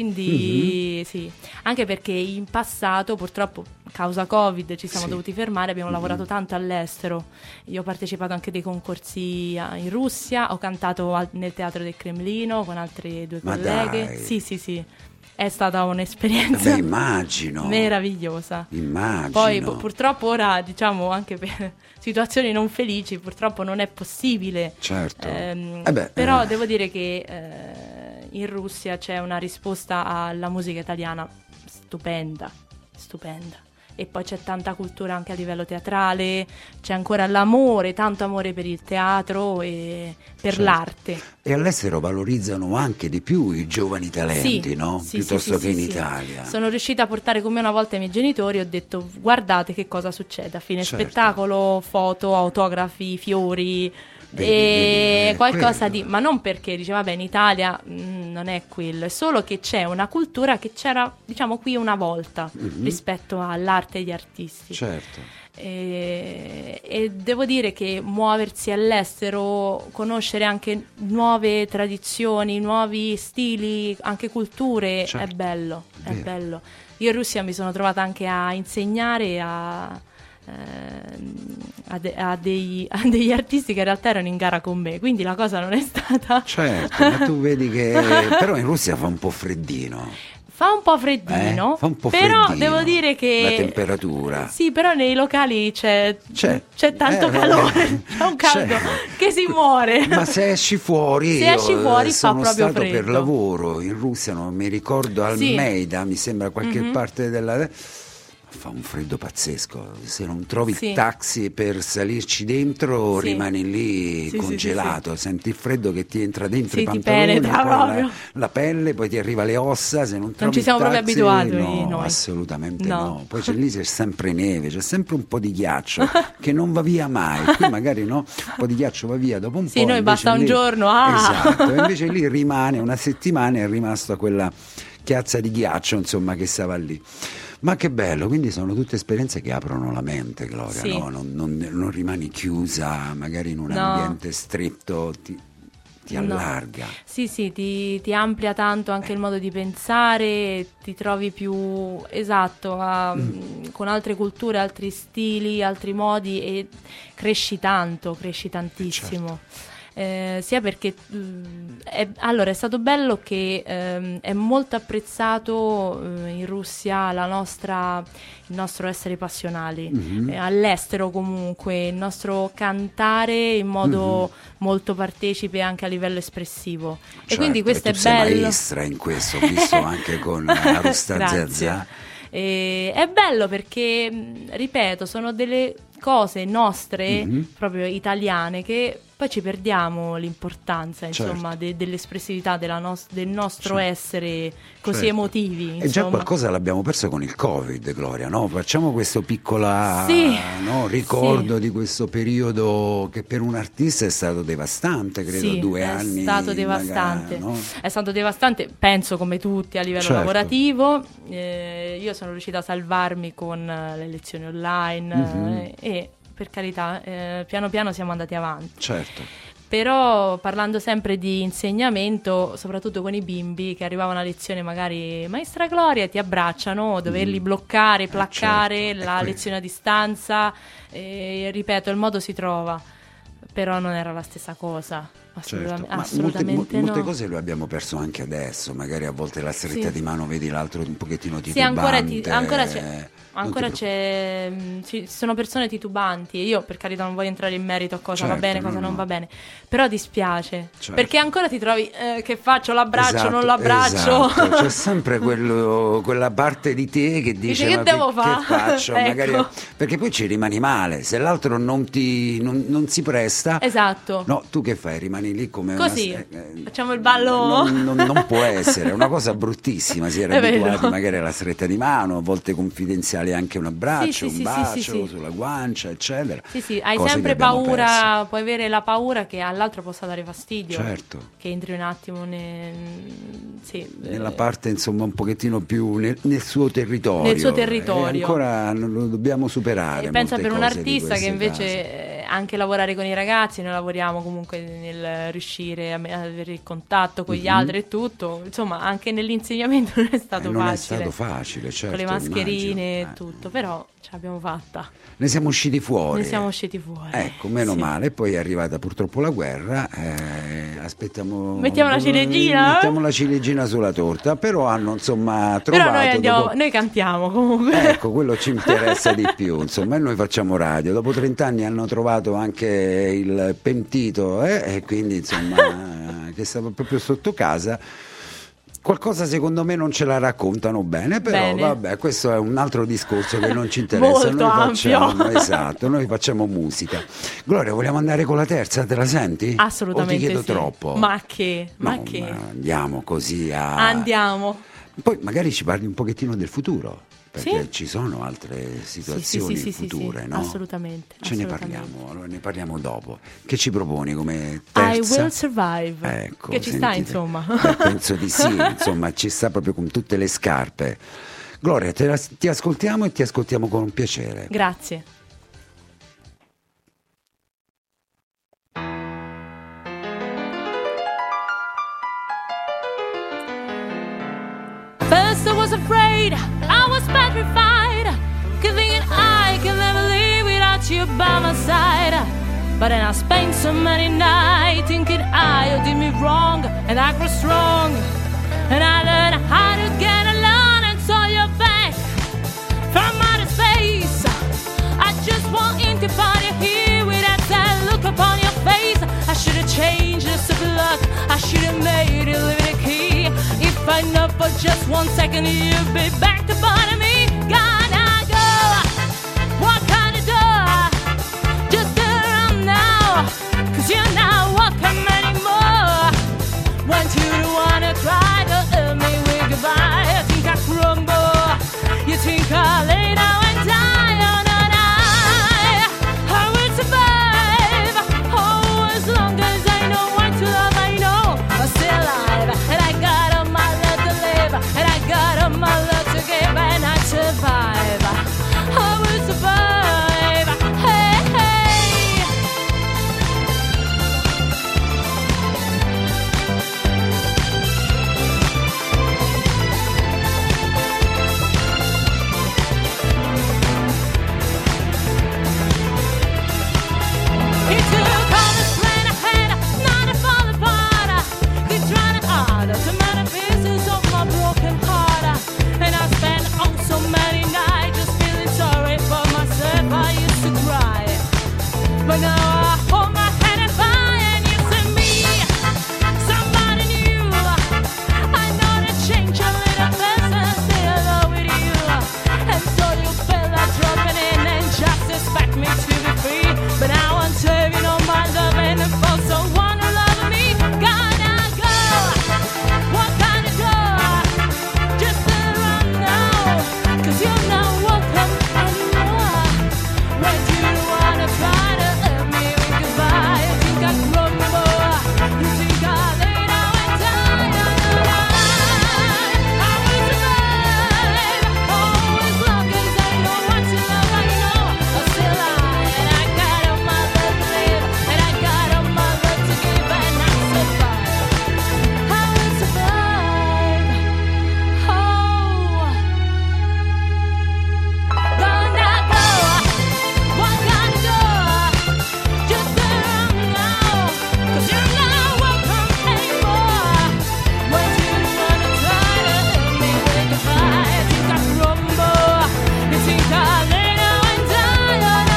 C: Quindi mm-hmm. sì, anche perché in passato purtroppo causa Covid ci siamo sì. dovuti fermare, abbiamo mm-hmm. lavorato tanto all'estero. Io ho partecipato anche a dei concorsi in Russia, ho cantato al, nel Teatro del Cremlino con altre due
B: Ma
C: colleghe.
B: Dai.
C: Sì, sì, sì. È stata un'esperienza
B: Beh, immagino.
C: meravigliosa.
B: Immagino.
C: Poi pu- purtroppo ora, diciamo, anche per situazioni non felici, purtroppo non è possibile.
B: Certo.
C: Ehm,
B: eh beh,
C: però
B: eh.
C: devo dire che eh, in Russia c'è una risposta alla musica italiana stupenda, stupenda. E poi c'è tanta cultura anche a livello teatrale, c'è ancora l'amore, tanto amore per il teatro e per certo. l'arte.
B: E all'estero valorizzano anche di più i giovani talenti,
C: sì,
B: no?
C: Sì,
B: Piuttosto
C: sì,
B: che
C: sì,
B: in
C: sì.
B: Italia.
C: Sono riuscita a portare con me una volta i miei genitori e ho detto guardate che cosa succede a fine
B: certo.
C: spettacolo, foto, autografi, fiori...
B: Vedi,
C: e
B: vedi,
C: qualcosa
B: quello.
C: di, ma non perché diceva vabbè in Italia mh, non è quello, è solo che c'è una cultura che c'era diciamo qui una volta mm-hmm. rispetto all'arte e agli artisti,
B: certo.
C: e, e devo dire che muoversi all'estero, conoscere anche nuove tradizioni, nuovi stili, anche culture, certo. è bello, è Vero. bello. Io in Russia mi sono trovata anche a insegnare a A, de- a, dei, a degli artisti che in realtà erano in gara con me, quindi la cosa non è stata
B: certo, ma tu vedi che però in Russia fa un po' freddino,
C: fa un po' freddino,
B: eh? fa un po'
C: però
B: freddino,
C: devo dire che
B: la temperatura
C: sì, però nei locali c'è,
B: c'è,
C: c'è tanto
B: eh,
C: calore,
B: eh,
C: c'è un caldo
B: c'è.
C: che si muore,
B: ma se esci fuori
C: se esci fuori fa
B: sono
C: proprio
B: stato
C: freddo.
B: Per lavoro in Russia, non mi ricordo, Almeida, sì. mi sembra qualche mm-hmm. parte della fa un freddo pazzesco, se non trovi
C: sì.
B: taxi per salirci dentro sì. rimani lì
C: sì,
B: congelato, sì, sì. senti il freddo che ti entra dentro
C: sì,
B: i pantaloni,
C: poi
B: la, la pelle, poi ti arriva le ossa, se non,
C: non
B: trovi
C: ci siamo
B: taxi,
C: proprio abituati
B: no,
C: noi.
B: Assolutamente
C: no,
B: no. Poi c'è lì c'è sempre neve, c'è sempre un po' di ghiaccio che non va via mai, qui magari no, un po' di ghiaccio va via dopo un
C: sì,
B: po',
C: noi basta
B: lì,
C: un giorno ah.
B: esatto, invece lì rimane una settimana, è rimasto quella chiazza di ghiaccio insomma che stava lì. Ma che bello, quindi sono tutte esperienze che aprono la mente, Gloria,
C: sì.
B: no? non, non, non rimani chiusa magari in un
C: no.
B: ambiente stretto, ti, ti allarga.
C: No. Sì, sì, ti, ti amplia tanto anche il modo di pensare, ti trovi più esatto a, mm. con altre culture, altri stili, altri modi e cresci tanto, cresci tantissimo. Certo. Eh, sia perché mh, è, allora è stato bello che ehm, è molto apprezzato eh, in Russia la nostra, il nostro essere passionali, mm-hmm. eh, all'estero comunque il nostro cantare in modo mm-hmm. molto partecipe anche a livello espressivo, certo, e quindi questo
B: e
C: è
B: tu
C: bello.
B: Sei maestra in questo, ho visto anche con Arusta Zezza.
C: E è bello perché, ripeto, sono delle cose nostre, mm-hmm. proprio italiane, che poi ci perdiamo l'importanza, insomma, certo. de- dell'espressività della nos- del nostro certo. essere così certo. emotivi. Insomma.
B: E già qualcosa l'abbiamo perso con il Covid, Gloria, no? Facciamo questo piccolo
C: sì.
B: no, ricordo
C: sì.
B: di questo periodo che per un artista è stato devastante, credo,
C: sì,
B: due
C: è
B: anni.
C: È stato devastante,
B: magari, no?
C: È stato devastante, penso come tutti a livello certo. lavorativo. Eh, io sono riuscita a salvarmi con le lezioni online mm-hmm. eh, e per carità, eh, piano piano siamo andati avanti.
B: Certo.
C: Però parlando sempre di insegnamento, soprattutto con i bimbi che arrivavano a lezione magari maestra Gloria, ti abbracciano, doverli mm. bloccare, placcare, eh certo. la lezione a distanza, e, ripeto, il modo si trova, però non era la stessa cosa. Assolutamente,
B: certo.
C: assolutamente
B: molte,
C: no.
B: molte cose lo abbiamo perso anche adesso, magari a volte la stretta sì. di mano vedi l'altro un pochettino titubante.
C: Sì, ancora, ti, ancora c'è, ancora c'è ci sono persone titubanti e io per carità non voglio entrare in merito a cosa certo, va bene, cosa no, non no. va bene, però dispiace, certo. perché ancora ti trovi eh, che faccio, l'abbraccio, esatto, non l'abbraccio.
B: Esatto. C'è sempre quello, quella parte di te che dice,
C: dice che
B: ma
C: devo
B: che,
C: fare?
B: Che faccio?
C: Ecco.
B: Magari, perché poi ci rimani male, se l'altro non ti non, non si presta.
C: Esatto.
B: No, tu che fai? Rimani lì come
C: così
B: una, eh,
C: facciamo il ballo.
B: Non, non, non può essere, è una cosa bruttissima. Si era abituati magari alla stretta di mano, a volte confidenziali anche un abbraccio,
C: sì,
B: un
C: sì,
B: bacio
C: sì, sì, sì.
B: sulla guancia, eccetera.
C: Sì, sì, hai
B: cose
C: sempre
B: che abbiamo
C: paura,
B: perso.
C: Puoi avere la paura che all'altro possa dare fastidio.
B: Certo.
C: Che entri un attimo nel, sì,
B: nella
C: eh,
B: parte insomma un pochettino più nel, nel suo territorio.
C: Nel suo territorio.
B: E ancora non lo dobbiamo superare.
C: E pensa per un artista che invece
B: case.
C: anche lavorare con i ragazzi, noi lavoriamo comunque nel riuscire a avere il contatto con gli mm-hmm. altri e tutto, insomma anche nell'insegnamento non è stato
B: eh, non
C: facile.
B: Non è stato facile, certo.
C: Con le mascherine
B: immagino.
C: e tutto, però ce l'abbiamo fatta.
B: Ne siamo usciti fuori.
C: Ne siamo usciti fuori.
B: Ecco, meno
C: sì.
B: male. Poi è arrivata purtroppo la guerra. Eh, aspettiamo.
C: Mettiamo la ciliegina.
B: Mettiamo la ciliegina sulla torta. Però hanno insomma trovato.
C: Però noi andiamo,
B: dopo...
C: noi cantiamo comunque.
B: Ecco, quello ci interessa di più. Insomma, e noi facciamo radio. Dopo trent'anni hanno trovato anche il pentito, eh? E quindi insomma, che stava proprio sotto casa. Qualcosa secondo me non ce la raccontano bene, però
C: bene.
B: Vabbè, questo è un altro discorso che non ci interessa.
C: Molto
B: noi
C: ampio.
B: Facciamo, esatto, noi facciamo musica. Gloria, vogliamo andare con la terza? Te la senti?
C: Assolutamente.
B: O ti chiedo
C: sì.
B: troppo?
C: Ma che? Ma
B: no,
C: che?
B: Ma andiamo così a.
C: Andiamo.
B: Poi magari ci parli un pochettino del futuro. Perché
C: sì?
B: ci sono altre situazioni
C: sì, sì, sì,
B: future,
C: sì, sì,
B: no?
C: Assolutamente.
B: Ce
C: assolutamente.
B: ne parliamo, allora ne parliamo dopo. Che ci proponi come terza?
C: I Will Survive.
B: Ecco,
C: che ci
B: sentite.
C: sta, insomma.
B: Beh, penso di sì, insomma, ci sta proprio con tutte le scarpe. Gloria, te la, ti ascoltiamo e ti ascoltiamo con piacere.
C: Grazie. First I was afraid, I was petrified, thinking I can never live without you by my side. But then I spent so many nights thinking I did me wrong, and I grew strong, and I learned how to get along, and saw your back from outer space. I just want to find you here with that sad look upon your face. I should have changed the simple luck, I should have made it live in a key. If I know for just one second you'd be back to bother me. Gotta go, walk out the door, just turn around now, cause you're not welcome anymore. Want you to wanna try to hurt me with goodbye. You think I crumble, you think I lay down and die. Oh no, no, I will survive. Oh, as long as I know what to love, I know I'm still alive. And I got all my love to live, and I got all my love to give, and I hard to mend the pieces of my broken heart. And I spent oh so many nights just feeling sorry for myself. I used to cry, but now I hold my head and fly. And you send me somebody new. I know to change a little bit and stay alone with you. And so you feel like dropping in and just expect me to be free. But now I'm saving all my love and it falls so one who love me. Gotta go, what gotta go? Just around now, cause you're not welcome anymore. When you don't wanna try to let me wink goodbye, you think I crumble, you think I lay down and die. I will survive, oh, as long as I know what to love, I know I'm still alive. And I got all my love to live, and I got all my love to give, and I survive. I will survive, oh. Gonna go, what gotta go? Just around now, cause you're not welcome anymore. When you don't wanna try to let me wink goodbye, you think I crumble, you think I lay down and die.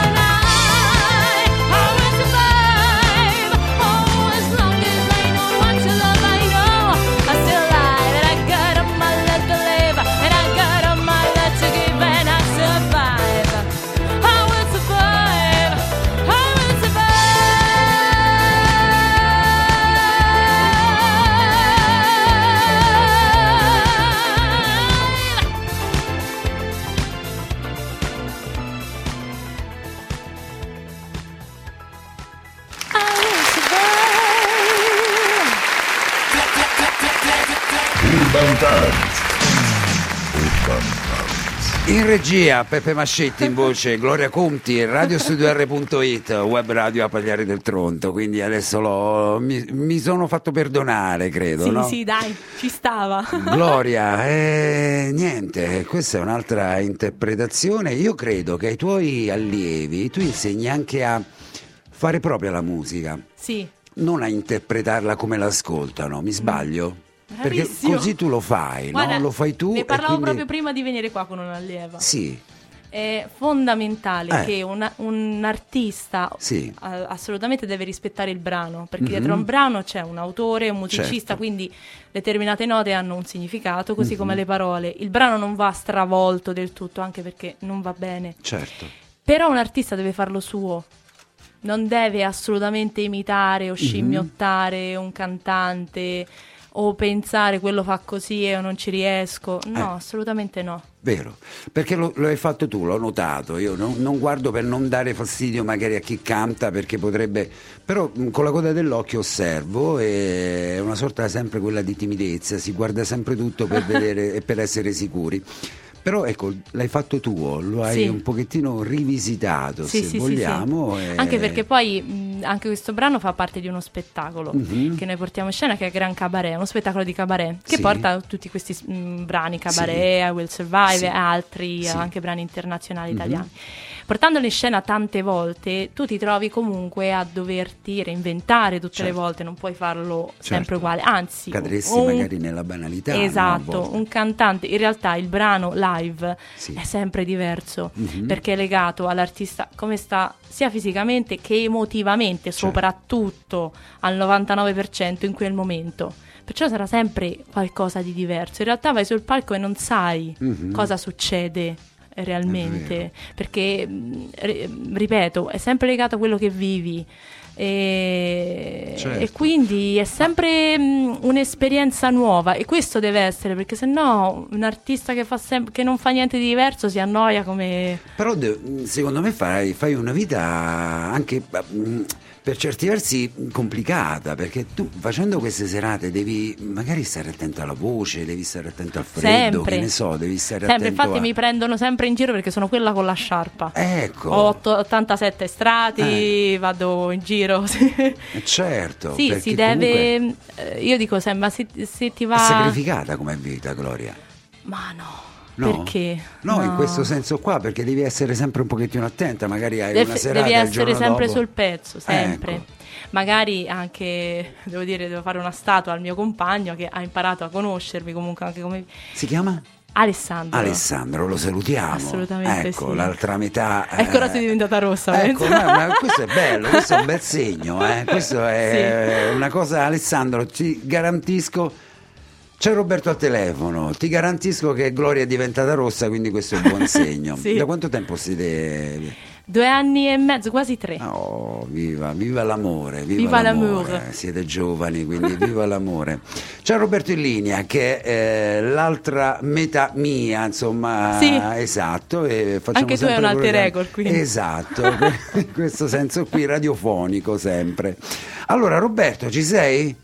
C: I will survive, oh, as long as I know what to love, I know I'm still alive. And I got all my love to live, and I got all my love to give, and I survive. I will survive, I will survive. I will survive.
A: Urban Talent.
B: In regia Peppe Mascetti, in voce Gloria Conti, radio studio r punto it, web radio a Pagliari del Tronto. Quindi adesso l'ho, mi, mi sono fatto perdonare, credo,
C: Sì,
B: no?
C: sì, dai, ci stava.
B: Gloria, eh, niente, questa è un'altra interpretazione. Io credo che ai tuoi allievi tu insegni anche a fare propria la musica,
C: Sì.
B: non a interpretarla come l'ascoltano, mi sbaglio? Perché
C: Bravissimo.
B: così tu lo fai,
C: Guarda,
B: no? Lo fai tu.
C: Ne
B: e
C: parlavo
B: quindi...
C: proprio prima di venire qua con un'allieva.
B: Sì,
C: È fondamentale
B: Eh.
C: che una- un artista
B: Sì.
C: a- assolutamente deve rispettare il brano, perché
B: Mhm.
C: dietro a un brano c'è un autore, un musicista,
B: Certo.
C: quindi determinate note hanno un significato, così
B: Mhm.
C: come le parole. Il brano non va stravolto del tutto, anche perché non va bene.
B: certo.
C: Però un artista deve farlo suo. Non deve assolutamente imitare o scimmiottare un cantante o pensare quello fa così e io non ci riesco. No,
B: Eh.
C: assolutamente no.
B: Vero, perché lo, lo hai fatto tu, l'ho notato, io non, non guardo per non dare fastidio magari a chi canta, perché potrebbe, però mh, con la coda dell'occhio osservo, e è una sorta sempre quella di timidezza, si guarda sempre tutto per vedere e per essere sicuri. Però ecco, l'hai fatto tuo, lo hai
C: Sì.
B: un pochettino rivisitato,
C: Sì,
B: se
C: sì, sì,
B: vogliamo.
C: sì.
B: e-
C: Anche perché poi mh, anche questo brano fa parte di uno spettacolo
B: Mhm.
C: che noi portiamo in scena, che è Gran Cabaret, uno spettacolo di cabaret che
B: Sì.
C: porta tutti questi mh, brani cabaret,
B: Sì.
C: I Will Survive
B: Sì.
C: e altri,
B: Sì.
C: anche brani internazionali
B: Mhm.
C: italiani. Portandolo in scena tante volte, tu ti trovi comunque a doverti reinventare tutte le
B: Certo.
C: volte, non puoi farlo
B: Certo.
C: sempre uguale, anzi
B: Cadresti
C: un-
B: magari nella banalità. no, a
C: Esatto,
B: volte.
C: un cantante, in realtà il brano live
B: Sì.
C: è sempre diverso,
B: Mhm.
C: perché è legato all'artista come sta sia fisicamente che emotivamente,
B: Certo.
C: soprattutto al novantanove per cento in quel momento. Perciò sarà sempre qualcosa di diverso. In realtà vai sul palco e non sai
B: Mhm.
C: cosa succede
B: È
C: realmente,
B: vero.
C: perché mh, ri- ripeto, è sempre legato a quello che vivi. E,
B: Certo.
C: e quindi è sempre mh, un'esperienza nuova, e questo deve essere, perché sennò un artista che, fa sem- che non fa niente di diverso si annoia come...
B: Però de- secondo me fai, fai una vita anche mh, per certi versi complicata, perché tu facendo queste serate devi magari stare attento alla voce, devi stare attento al freddo,
C: Sempre.
B: che ne so, devi stare
C: Sempre,
B: attento
C: infatti
B: a...
C: mi prendono sempre in giro perché sono quella con la sciarpa.
B: Ecco,
C: Ho otto- ottantasette strati, vado in giro. sì.
B: eh, certo,
C: Sì,
B: perché
C: si deve.
B: comunque
C: eh, Io dico sempre, ma se, se ti
B: è
C: va.
B: sacrificata come vita, Gloria.
C: Ma no.
B: No?
C: Perché?
B: No,
C: No.
B: in questo senso qua, perché devi essere sempre un pochettino attenta, magari hai
C: Def-
B: una serata
C: devi
B: il
C: essere
B: giorno
C: sempre
B: dopo.
C: sul pezzo, sempre.
B: Ecco.
C: Magari anche, devo dire, devo fare una statua al mio compagno che ha imparato a conoscermi comunque anche come...
B: Si chiama?
C: Alessandro.
B: Alessandro, lo salutiamo.
C: Assolutamente
B: ecco,
C: sì.
B: l'altra metà.
C: Ecco, ora sei diventata rossa.
B: Ecco,
C: penso.
B: ma, ma questo è bello, questo è un bel segno, eh. Questo è una cosa, Alessandro, ti garantisco. C'è Roberto al telefono, ti garantisco che Gloria è diventata rossa, quindi questo è un buon segno.
C: Sì.
B: Da quanto tempo siete?
C: Due anni e mezzo, quasi tre.
B: Oh, viva, viva l'amore, viva,
C: Viva
B: l'amore.
C: l'amore.
B: Siete giovani, quindi viva l'amore. C'è Roberto in linea che è eh, l'altra metà mia, insomma,
C: Sì.
B: esatto. E facciamo
C: Anche tu hai
B: sempre
C: un alter
B: quello che-
C: ego, quindi.
B: Esatto, in questo senso qui radiofonico sempre. Allora Roberto, ci sei?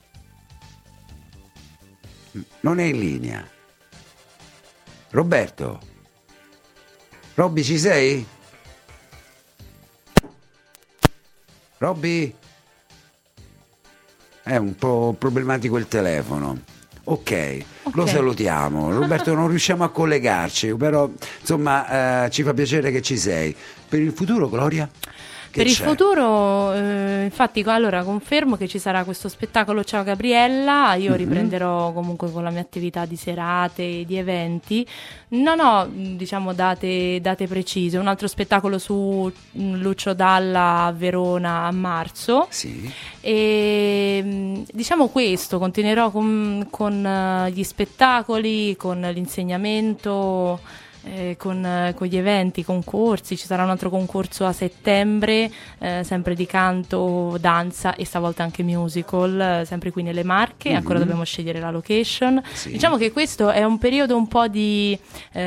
B: Non è in linea. Roberto? Robby, ci sei? Robby? È un po' problematico il telefono. Ok, lo
C: Ok.
B: salutiamo. Roberto, non riusciamo a collegarci, però insomma eh, ci fa piacere che ci sei. Per il futuro, Gloria? Che
C: Per il
B: c'è?
C: futuro, eh, infatti, allora confermo che ci sarà questo spettacolo Ciao Gabriella. Io
B: Mhm.
C: riprenderò comunque con la mia attività di serate, di eventi. Non ho, mh, diciamo, date, date precise. Un altro spettacolo su mh, Lucio Dalla a Verona a marzo.
B: Sì.
C: E mh, diciamo questo, continuerò con, con eh, gli spettacoli, con l'insegnamento. Eh, con, eh, con gli eventi, i concorsi, ci sarà un altro concorso a settembre, eh, sempre di canto, danza e stavolta anche musical, eh, sempre qui nelle Marche,
B: Mhm.
C: ancora dobbiamo scegliere la location.
B: Sì.
C: Diciamo che questo è un periodo un po' di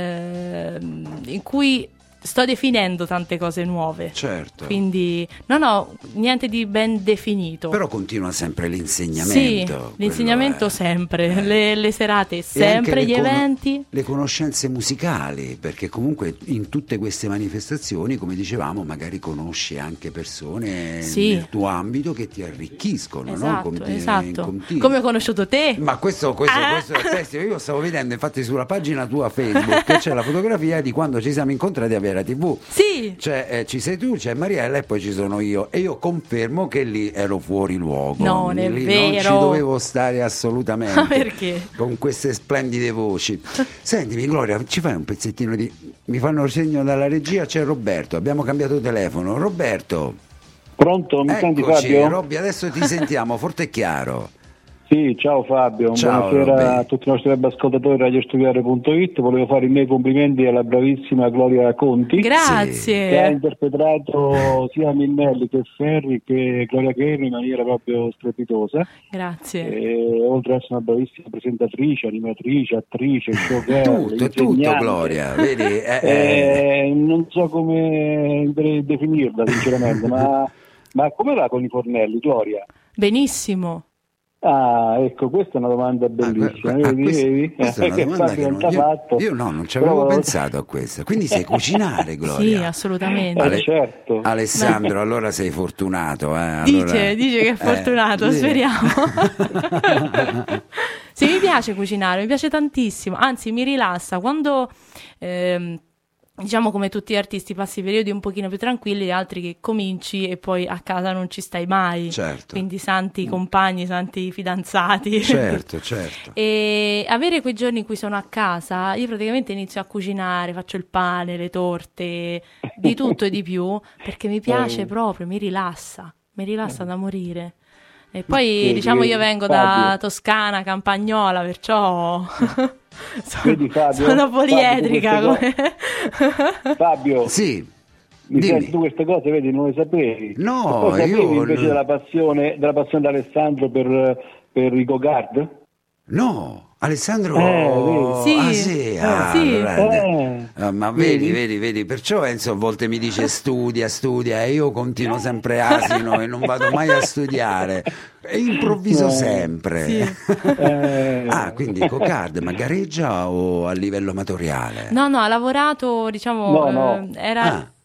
C: eh, in cui sto definendo tante cose nuove,
B: Certo.
C: quindi non ho niente di ben definito.
B: Però continua sempre
C: Sì,
B: l'insegnamento.
C: l'insegnamento
B: quello è.
C: sempre,
B: Eh.
C: le, le serate
B: E anche
C: sempre,
B: le
C: gli
B: cono-
C: eventi.
B: le conoscenze musicali, perché comunque in tutte queste manifestazioni, come dicevamo, magari conosci anche persone
C: Sì.
B: nel tuo ambito che ti arricchiscono, no?
C: Esatto,
B: Conti- in
C: esatto.
B: continuo.
C: Come ho conosciuto te?
B: Ma questo, questo,
C: Ah!
B: questo è pessimo. Io stavo vedendo infatti sulla pagina tua Facebook che c'è la fotografia di quando ci siamo incontrati a Vera tivù.
C: Sì,
B: Cioè, eh, ci sei tu, c'è Mariella e poi ci sono io. E io confermo che lì ero fuori luogo.
C: Non è
B: Lì
C: vero.
B: Non ci dovevo stare assolutamente.
C: Ma perché?
B: Con queste splendide voci. Sentimi, Gloria, ci fai un pezzettino di. Mi fanno segno dalla regia, c'è Roberto. Abbiamo cambiato telefono. Roberto.
D: Pronto? Mi senti,
B: Eccoci,
D: Fabio?
B: Robby, adesso ti sentiamo forte e chiaro.
D: Sì, ciao Fabio,
B: Ciao,
D: buonasera
B: Robby.
D: a tutti i nostri web ascoltatori di radiostudiare punto it. Volevo fare i miei complimenti alla bravissima Gloria Conti, che ha
C: grazie.
D: interpretato sia Minnelli che Ferri che Gloria Gaynor in maniera proprio strepitosa.
C: Grazie.
D: E, oltre ad essere una bravissima presentatrice, animatrice, attrice, showgirl,
B: Tutto, tutto,
D: insegnante.
B: Gloria. Vedi? Eh, eh.
D: Eh, non so come de- definirla sinceramente, ma, ma come va con i fornelli, Gloria?
C: Benissimo.
D: Ah, ecco, questa è una domanda bellissima.
B: Ah, que- ah,
D: vedi,
B: questa-
D: vedi?
B: questa è una
D: Che
B: domanda
D: Fabio
B: che
D: non
B: non-
D: t'ha
B: io,
D: fatto.
B: io no, non ci avevo
D: Però-
B: pensato a questa. Quindi sai cucinare, Gloria.
C: Sì, assolutamente.
D: Eh,
B: Ale-
D: certo.
B: Alessandro, allora sei fortunato. Eh? Allora-
C: Dice, dice che è
B: Eh,
C: fortunato,
B: sì.
C: speriamo. Sì, mi piace cucinare, mi piace tantissimo, anzi mi rilassa quando, ehm, diciamo come tutti gli artisti, passi periodi un pochino più tranquilli, altri che cominci e poi a casa non ci stai mai,
B: Certo.
C: quindi santi compagni, santi fidanzati.
B: Certo, certo.
C: E avere quei giorni in cui sono a casa, io praticamente inizio a cucinare, faccio il pane, le torte, di tutto e di più, perché mi piace
D: Eh.
C: proprio, mi rilassa, mi rilassa da morire. E poi
D: Vedi,
C: diciamo io
D: vedi,
C: vengo da
D: Fabio.
C: Toscana, Campagnola, perciò sono,
D: Vedi, Fabio?
C: sono poliedrica.
D: Fabio,
C: come-
D: Fabio,
B: Sì,
D: mi
B: dimmi.
D: senti tu queste cose, vedi, non le sapevi.
B: No,
D: E poi sapevi
B: io-
D: invece della passione, della passione di Alessandro per, per i go-kart?
B: No, Alessandro.
D: Eh,
C: vedi.
B: Ah,
C: Sì,
B: sì,
C: eh,
B: ah,
C: sì.
B: grande.
D: Eh.
B: Ah, ma vedi,
D: Vedi?
B: vedi, vedi, perciò Enzo a volte mi dice studia, studia e io continuo sempre asino e non vado mai a studiare e improvviso
D: No.
B: sempre.
C: Sì.
D: Eh.
B: Ah, quindi Cocard, ma gareggia o a livello amatoriale?
C: No, no, ha lavorato, diciamo,
D: No, no.
C: eh, era
B: Ah.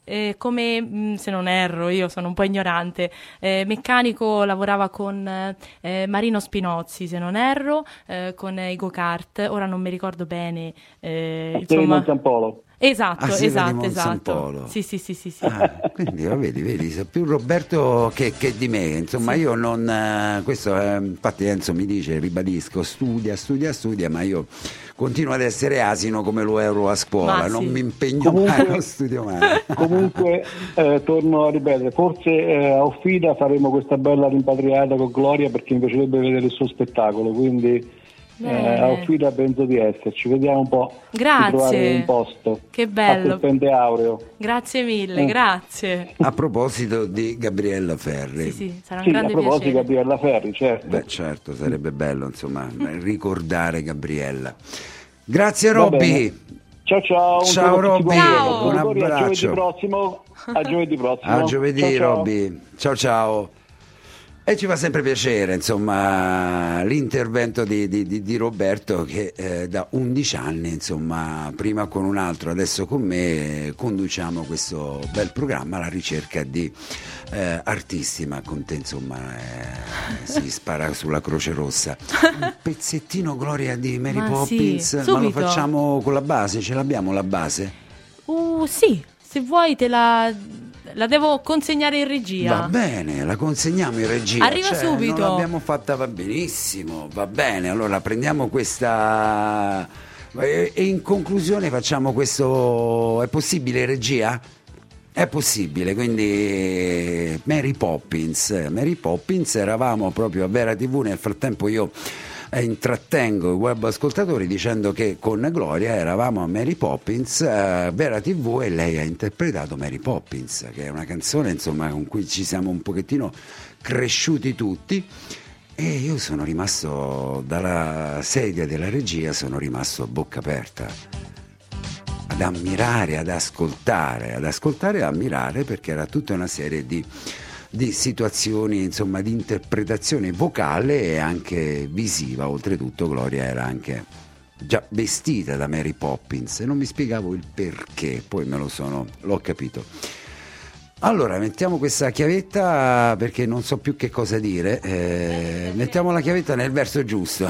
C: eh, come, mh, se non erro, io sono un po' ignorante, eh, meccanico, lavorava con eh, Marino Spinozzi, se non erro, eh, con i go-kart, ora non mi ricordo bene. Eh, insomma...
D: San Polo.
C: Esatto,
B: Ah, sì,
C: esatto,
B: di Monsan
C: esatto.
B: Polo.
C: Sì, sì, sì, sì, sì.
B: Ah, quindi lo vedi, vedi, sei più Roberto che, che di me, insomma
C: Sì.
B: io non, eh, questo eh, infatti Enzo mi dice, ribadisco, studia, studia, studia, ma io continuo ad essere asino come lo ero a scuola,
C: Ma
B: non
C: sì.
B: mi impegno
D: Comunque-
B: mai, non studio mai.
D: Comunque, eh, torno a ripetere, forse eh, a Offida faremo questa bella rimpatriata con Gloria perché mi piacerebbe vedere il suo spettacolo, quindi eh,
C: Bene.
D: a Offida penso di esserci, vediamo un po'
C: Grazie.
D: di trovare un posto.
C: Che bello.
D: A Serpente Aureo.
C: Grazie mille,
D: Eh.
C: grazie.
B: A proposito di Gabriella Ferri.
C: Sì, sì, sarà un
D: Sì, a
C: grande
D: proposito di
C: piacere.
D: Gabriella Ferri, certo.
B: Beh, certo, sarebbe bello, insomma, ricordare Gabriella. Grazie
D: Va
B: Robby.
D: bene. Ciao ciao, un
B: Ciao,
D: saluto a tutti
B: Robby.
D: quanti.
C: Ciao.
B: Un
D: Ascoltatori, A
B: abbraccio.
D: giovedì prossimo. A giovedì prossimo.
B: A giovedì,
D: Ciao, ciao.
B: Robby. Ciao ciao. E ci fa sempre piacere, insomma, l'intervento di, di- di- di Roberto che eh, da undici anni, insomma, prima con un altro, adesso con me, eh, conduciamo questo bel programma alla ricerca di eh, artisti, ma con te, insomma, eh, si spara sulla Croce Rossa. Un pezzettino Gloria di Mary
C: Ma
B: Poppins,
C: sì,
B: ma lo
C: subito.
B: facciamo con la base? Ce l'abbiamo la base?
C: Uh, sì, se vuoi te la, la devo consegnare in regia.
B: Va bene, la consegniamo in regia.
C: Arriva
B: Cioè,
C: subito.
B: Non l'abbiamo fatta, va benissimo, va bene. Allora prendiamo questa e e in conclusione facciamo questo. È possibile regia? È possibile, quindi Mary Poppins. Mary Poppins, eravamo proprio a Vera tivù, nel frattempo io eh, intrattengo i web ascoltatori dicendo che con Gloria eravamo a Mary Poppins, eh, Vera tivù, e lei ha interpretato Mary Poppins, che è una canzone, insomma, con cui ci siamo un pochettino cresciuti tutti. E io sono rimasto dalla sedia della regia, sono rimasto a bocca aperta ad ammirare, ad ascoltare, ad ascoltare e ammirare, perché era tutta una serie di, di situazioni, insomma, di interpretazione vocale e anche visiva. Oltretutto Gloria era anche già vestita da Mary Poppins e non mi spiegavo il perché, poi me lo sono, l'ho capito. Allora, mettiamo questa chiavetta perché non so più che cosa dire, eh, mettiamo la chiavetta nel verso giusto.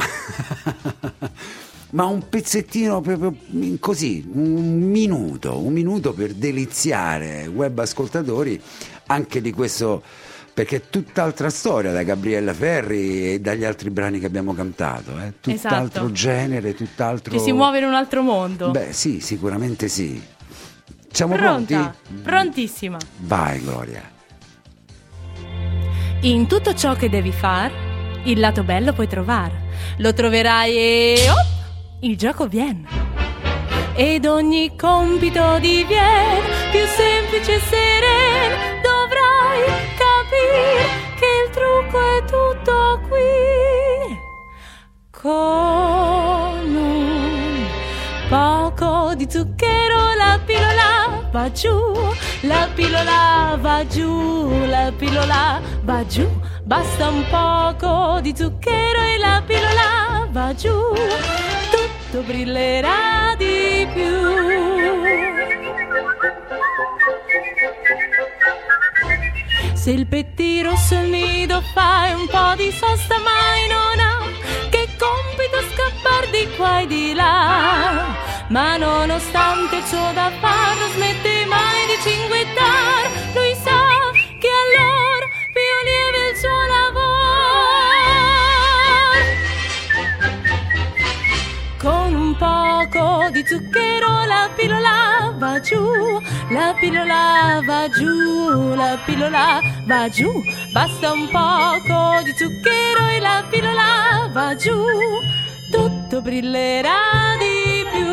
B: Ma un pezzettino proprio così, un minuto, un minuto per deliziare web ascoltatori anche di questo, perché è tutt'altra storia da Gabriella Ferri e dagli altri brani che abbiamo cantato, eh? Tutt'altro
C: Esatto.
B: genere, tutt'altro...
C: Ci si muove in un altro mondo.
B: Beh sì, sicuramente sì. Siamo
C: Pronta?
B: pronti?
C: Prontissima.
B: Vai Gloria.
C: In tutto ciò che devi far, il lato bello puoi trovare. Lo troverai e... oh, il gioco viene. Ed ogni compito diviene più semplice e sereno. Dovrai capire che il trucco è tutto qui. Con un poco di zucchero la pillola va giù, la pillola va giù, la pillola va giù. Basta un poco di zucchero e la pillola va giù, tutto brillerà di più. Se il pettino rosso il nido fai un po' di sosta mai non ha che compito scappar di qua e di là, ma nonostante ciò da far non smette mai di cinguettar. Lui sa che allora più lieve il suo lavoro. Con un poco di zucchero la pillola va giù, la pillola va giù, la pillola va giù. Basta un poco di zucchero e la pillola va giù, tutto brillerà di più.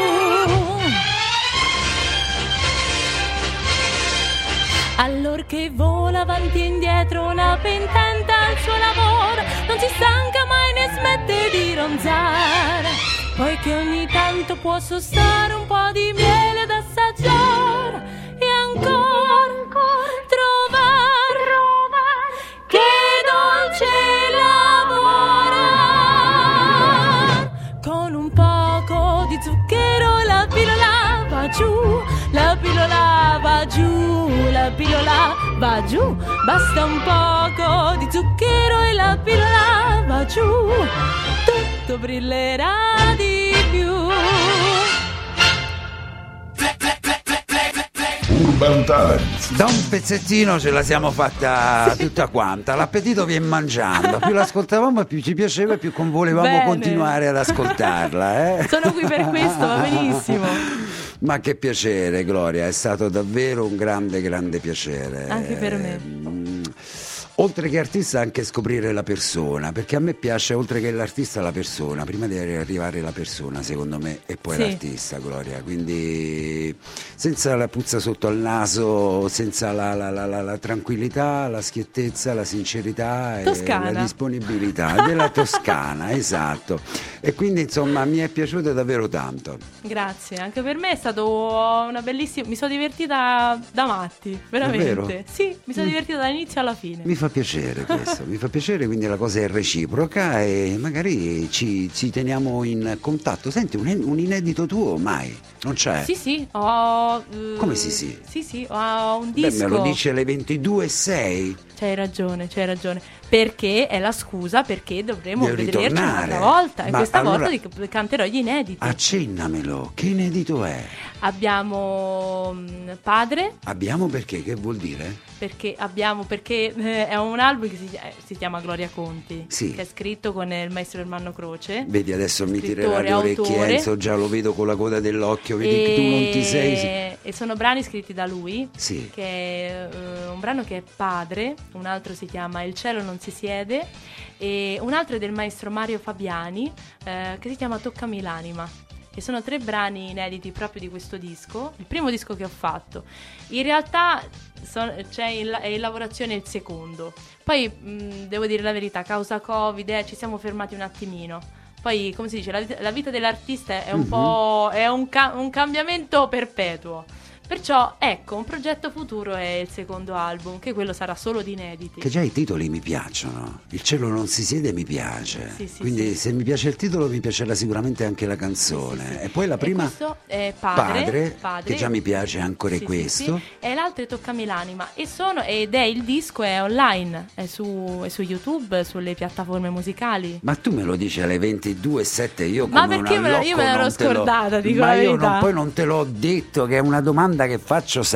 C: Allora che vola avanti e indietro una pententa al suo lavoro, non si stanca mai né smette di ronzare, poi che ogni tanto può sostare un po' di miele da assaggiare e ancora, ancora trovare, trovare che dolce lavora. Con un poco di zucchero la pillola va giù, la pillola va giù, giù, la pillola va giù, basta un poco di zucchero e la pillola va giù, tutto brillerà di più.
A: Urban Talent.
B: Da un pezzettino ce la siamo fatta tutta quanta, l'appetito viene mangiando, più l'ascoltavamo più ci piaceva e più con volevamo
C: Bene.
B: continuare ad ascoltarla. Eh?
C: Sono qui per questo, va benissimo.
B: Ma che piacere, Gloria, è stato davvero un grande, grande piacere.
C: Anche per me.
B: Mm, oltre che artista anche scoprire la persona, perché a me piace oltre che l'artista la persona, prima di arrivare la persona secondo me e poi
C: Sì.
B: l'artista, Gloria, quindi senza la puzza sotto al naso, senza la, la, la, la, la tranquillità, la schiettezza, la sincerità
C: Toscana.
B: e la disponibilità della Toscana, esatto, e quindi insomma mi è piaciuto davvero tanto.
C: Grazie, anche per me è stato una bellissima, mi sono divertita da matti, veramente.
B: Davvero?
C: Sì, mi sono divertita dall'inizio alla fine.
B: Mi fa piacere questo, mi fa piacere, quindi la cosa è reciproca e magari ci, ci teniamo in contatto. Senti, un, un inedito tuo mai? Non c'è?
C: Sì, sì, ho... eh,
B: Come sì, sì?
C: Sì, sì, ho un
B: Beh,
C: disco.
B: me lo dice alle ventidue e sei.
C: C'hai ragione, c'hai ragione. Perché è la scusa perché dovremo
B: Devo
C: vederci
B: ritornare.
C: un'altra volta. E
B: Ma
C: questa
B: allora-
C: volta ti canterò gli inediti.
B: Accennamelo, che inedito è?
C: Abbiamo mm, Padre,
B: Abbiamo perché? Che vuol dire?
C: perché abbiamo perché eh, è un album che si, eh, si chiama Gloria Conti,
B: Sì.
C: che è scritto con il maestro Ermanno Croce.
B: Vedi, adesso mi tirerà
C: Scrittore,
B: le orecchie,
C: autore.
B: Enzo, già lo vedo con la coda dell'occhio, vedi che tu non ti sei... sì.
C: E sono brani scritti da lui,
B: Sì.
C: che è eh, un brano che è Padre, un altro si chiama Il cielo non si siede e un altro è del maestro Mario Fabiani eh, che si chiama Toccami l'anima. E sono tre brani inediti proprio di questo disco, il primo disco che ho fatto. In realtà son- c'è in, la- è in lavorazione il secondo. Poi mh, devo dire la verità, a causa Covid eh, ci siamo fermati un attimino. Poi, come si dice, la vita, la vita dell'artista è un
B: Mhm.
C: po' è un, ca- un cambiamento perpetuo. Perciò, ecco, un progetto futuro è il secondo album, che quello sarà solo di inediti.
B: Che già i titoli mi piacciono. Il cielo non si siede mi piace.
C: Sì, sì,
B: Quindi
C: sì.
B: se mi piace il titolo mi piacerà sicuramente anche la canzone.
C: Sì, sì, sì.
B: E poi la
C: E
B: prima
C: questo è Padre, Padre,
B: che già mi piace ancora
C: Sì, sì,
B: questo.
C: sì. E l'altro è Toccami l'anima. E sono, ed è il disco, è online, è su, è su YouTube, sulle piattaforme musicali.
B: Ma tu me lo dici alle ventidue e sette, io
C: Ma
B: come
C: perché
B: un
C: me lo- io
B: allocco
C: me l'ero
B: non te lo-
C: scordata, dico
B: Ma
C: la
B: io
C: verità.
B: non, poi non te l'ho detto, che è una domanda che faccio sempre.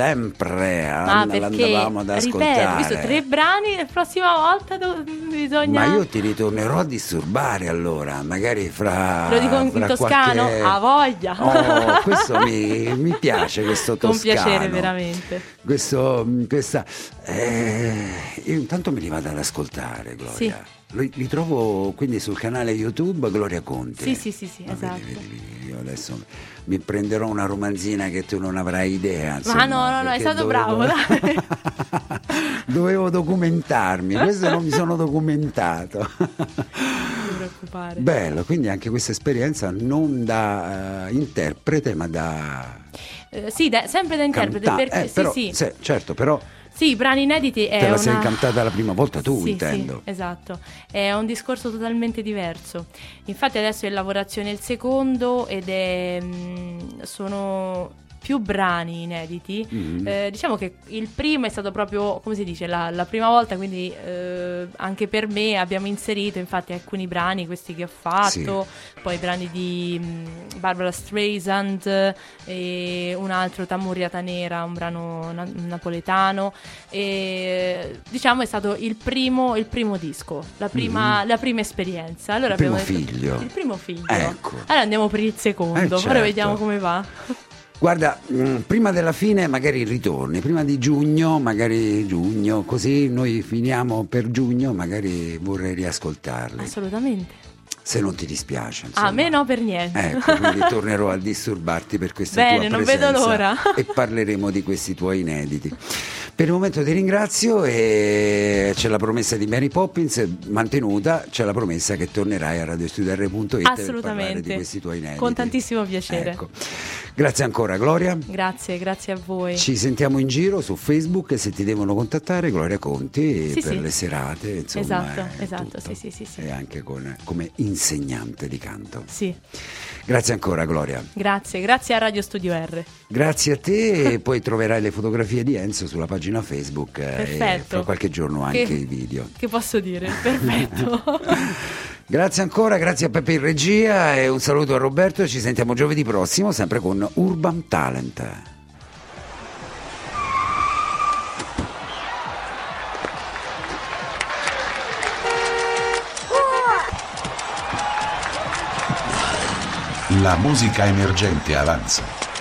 C: Ma
B: And-
C: perché,
B: l'andavamo ad
C: ripeto,
B: ascoltare.
C: visto tre brani, la prossima volta do- bisogna...
B: Ma io ti ritornerò a disturbare allora, magari fra.
C: Lo dico in,
B: fra
C: in toscano?
B: qualche-
C: A voglia!
B: Oh, questo mi, mi piace, questo
C: Con
B: toscano.
C: piacere, veramente.
B: Questo, questa, eh, io intanto me li vado ad ascoltare, Gloria. Li, li trovo quindi sul canale YouTube Gloria Conti.
C: Sì, sì, sì, sì,
B: Ma
C: esatto.
B: vedi, vedi, vedi, io adesso mi prenderò una romanzina che tu non avrai idea.
C: Ma
B: insomma,
C: no, no, no,
B: perché
C: è stato
B: dovevo-
C: bravo, dai.
B: Dovevo documentarmi, questo non mi sono documentato.
C: Non ti preoccupare.
B: Bello, quindi anche questa esperienza non da eh, interprete ma da
C: Eh, sì, da- sempre da interprete,
B: canta-
C: perché
B: eh,
C: sì,
B: però,
C: sì.
B: se- certo, però
C: Sì, i brani inediti è
B: te la
C: una...
B: sei cantata la prima volta tu,
C: Sì,
B: intendo.
C: sì, esatto. È un discorso totalmente diverso. Infatti adesso è in lavorazione il secondo ed è mh, sono più brani inediti.
B: Mm.
C: Eh, diciamo che il primo è stato proprio, come si dice, la, la prima volta, quindi eh, anche per me abbiamo inserito infatti alcuni brani, questi che ho fatto, poi i brani di mh, Barbara Streisand e un altro Tamurriata Nera, un brano na- napoletano. E, diciamo è stato il primo, il primo disco, la prima, la prima esperienza. Allora
B: Il primo
C: abbiamo detto-
B: figlio.
C: il primo figlio.
B: Ecco.
C: Allora andiamo per il secondo,
B: Eh, certo.
C: ora vediamo come va.
B: Guarda, mh, prima della fine magari ritorni, prima di giugno, magari giugno, così noi finiamo per giugno, magari vorrei riascoltarli,
C: Assolutamente.
B: se non ti dispiace. Insomma.
C: A me no, per niente.
B: Ecco, quindi tornerò a disturbarti per questa
C: Bene,
B: tua
C: non
B: presenza
C: vedo l'ora.
B: e parleremo di questi tuoi inediti. Per il momento ti ringrazio e c'è la promessa di Mary Poppins mantenuta, c'è la promessa che tornerai a radiostudio erre punto it per parlare di
C: Assolutamente.
B: questi tuoi inediti.
C: Con tantissimo piacere.
B: Ecco. Grazie ancora Gloria.
C: Grazie, grazie a voi.
B: Ci sentiamo in giro su Facebook e se ti devono contattare Gloria Conti
C: sì,
B: per
C: sì.
B: le serate, insomma.
C: Esatto, esatto, sì, sì, sì, sì.
B: E anche con, come insegnante di canto.
C: Sì.
B: Grazie ancora Gloria.
C: Grazie, grazie a Radio Studio R.
B: Grazie a te e poi troverai le fotografie di Enzo sulla pagina Facebook.
C: Perfetto.
B: E fra qualche giorno anche
C: che,
B: i video.
C: Che posso dire? Perfetto.
B: Grazie ancora, grazie a Peppe in regia e un saluto a Roberto e ci sentiamo giovedì prossimo sempre con Urban Talent.
A: La musica emergente avanza.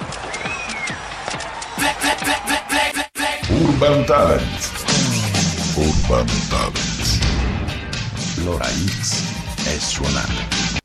A: Urban Talent. Urban Talent. L'ora X è suonata.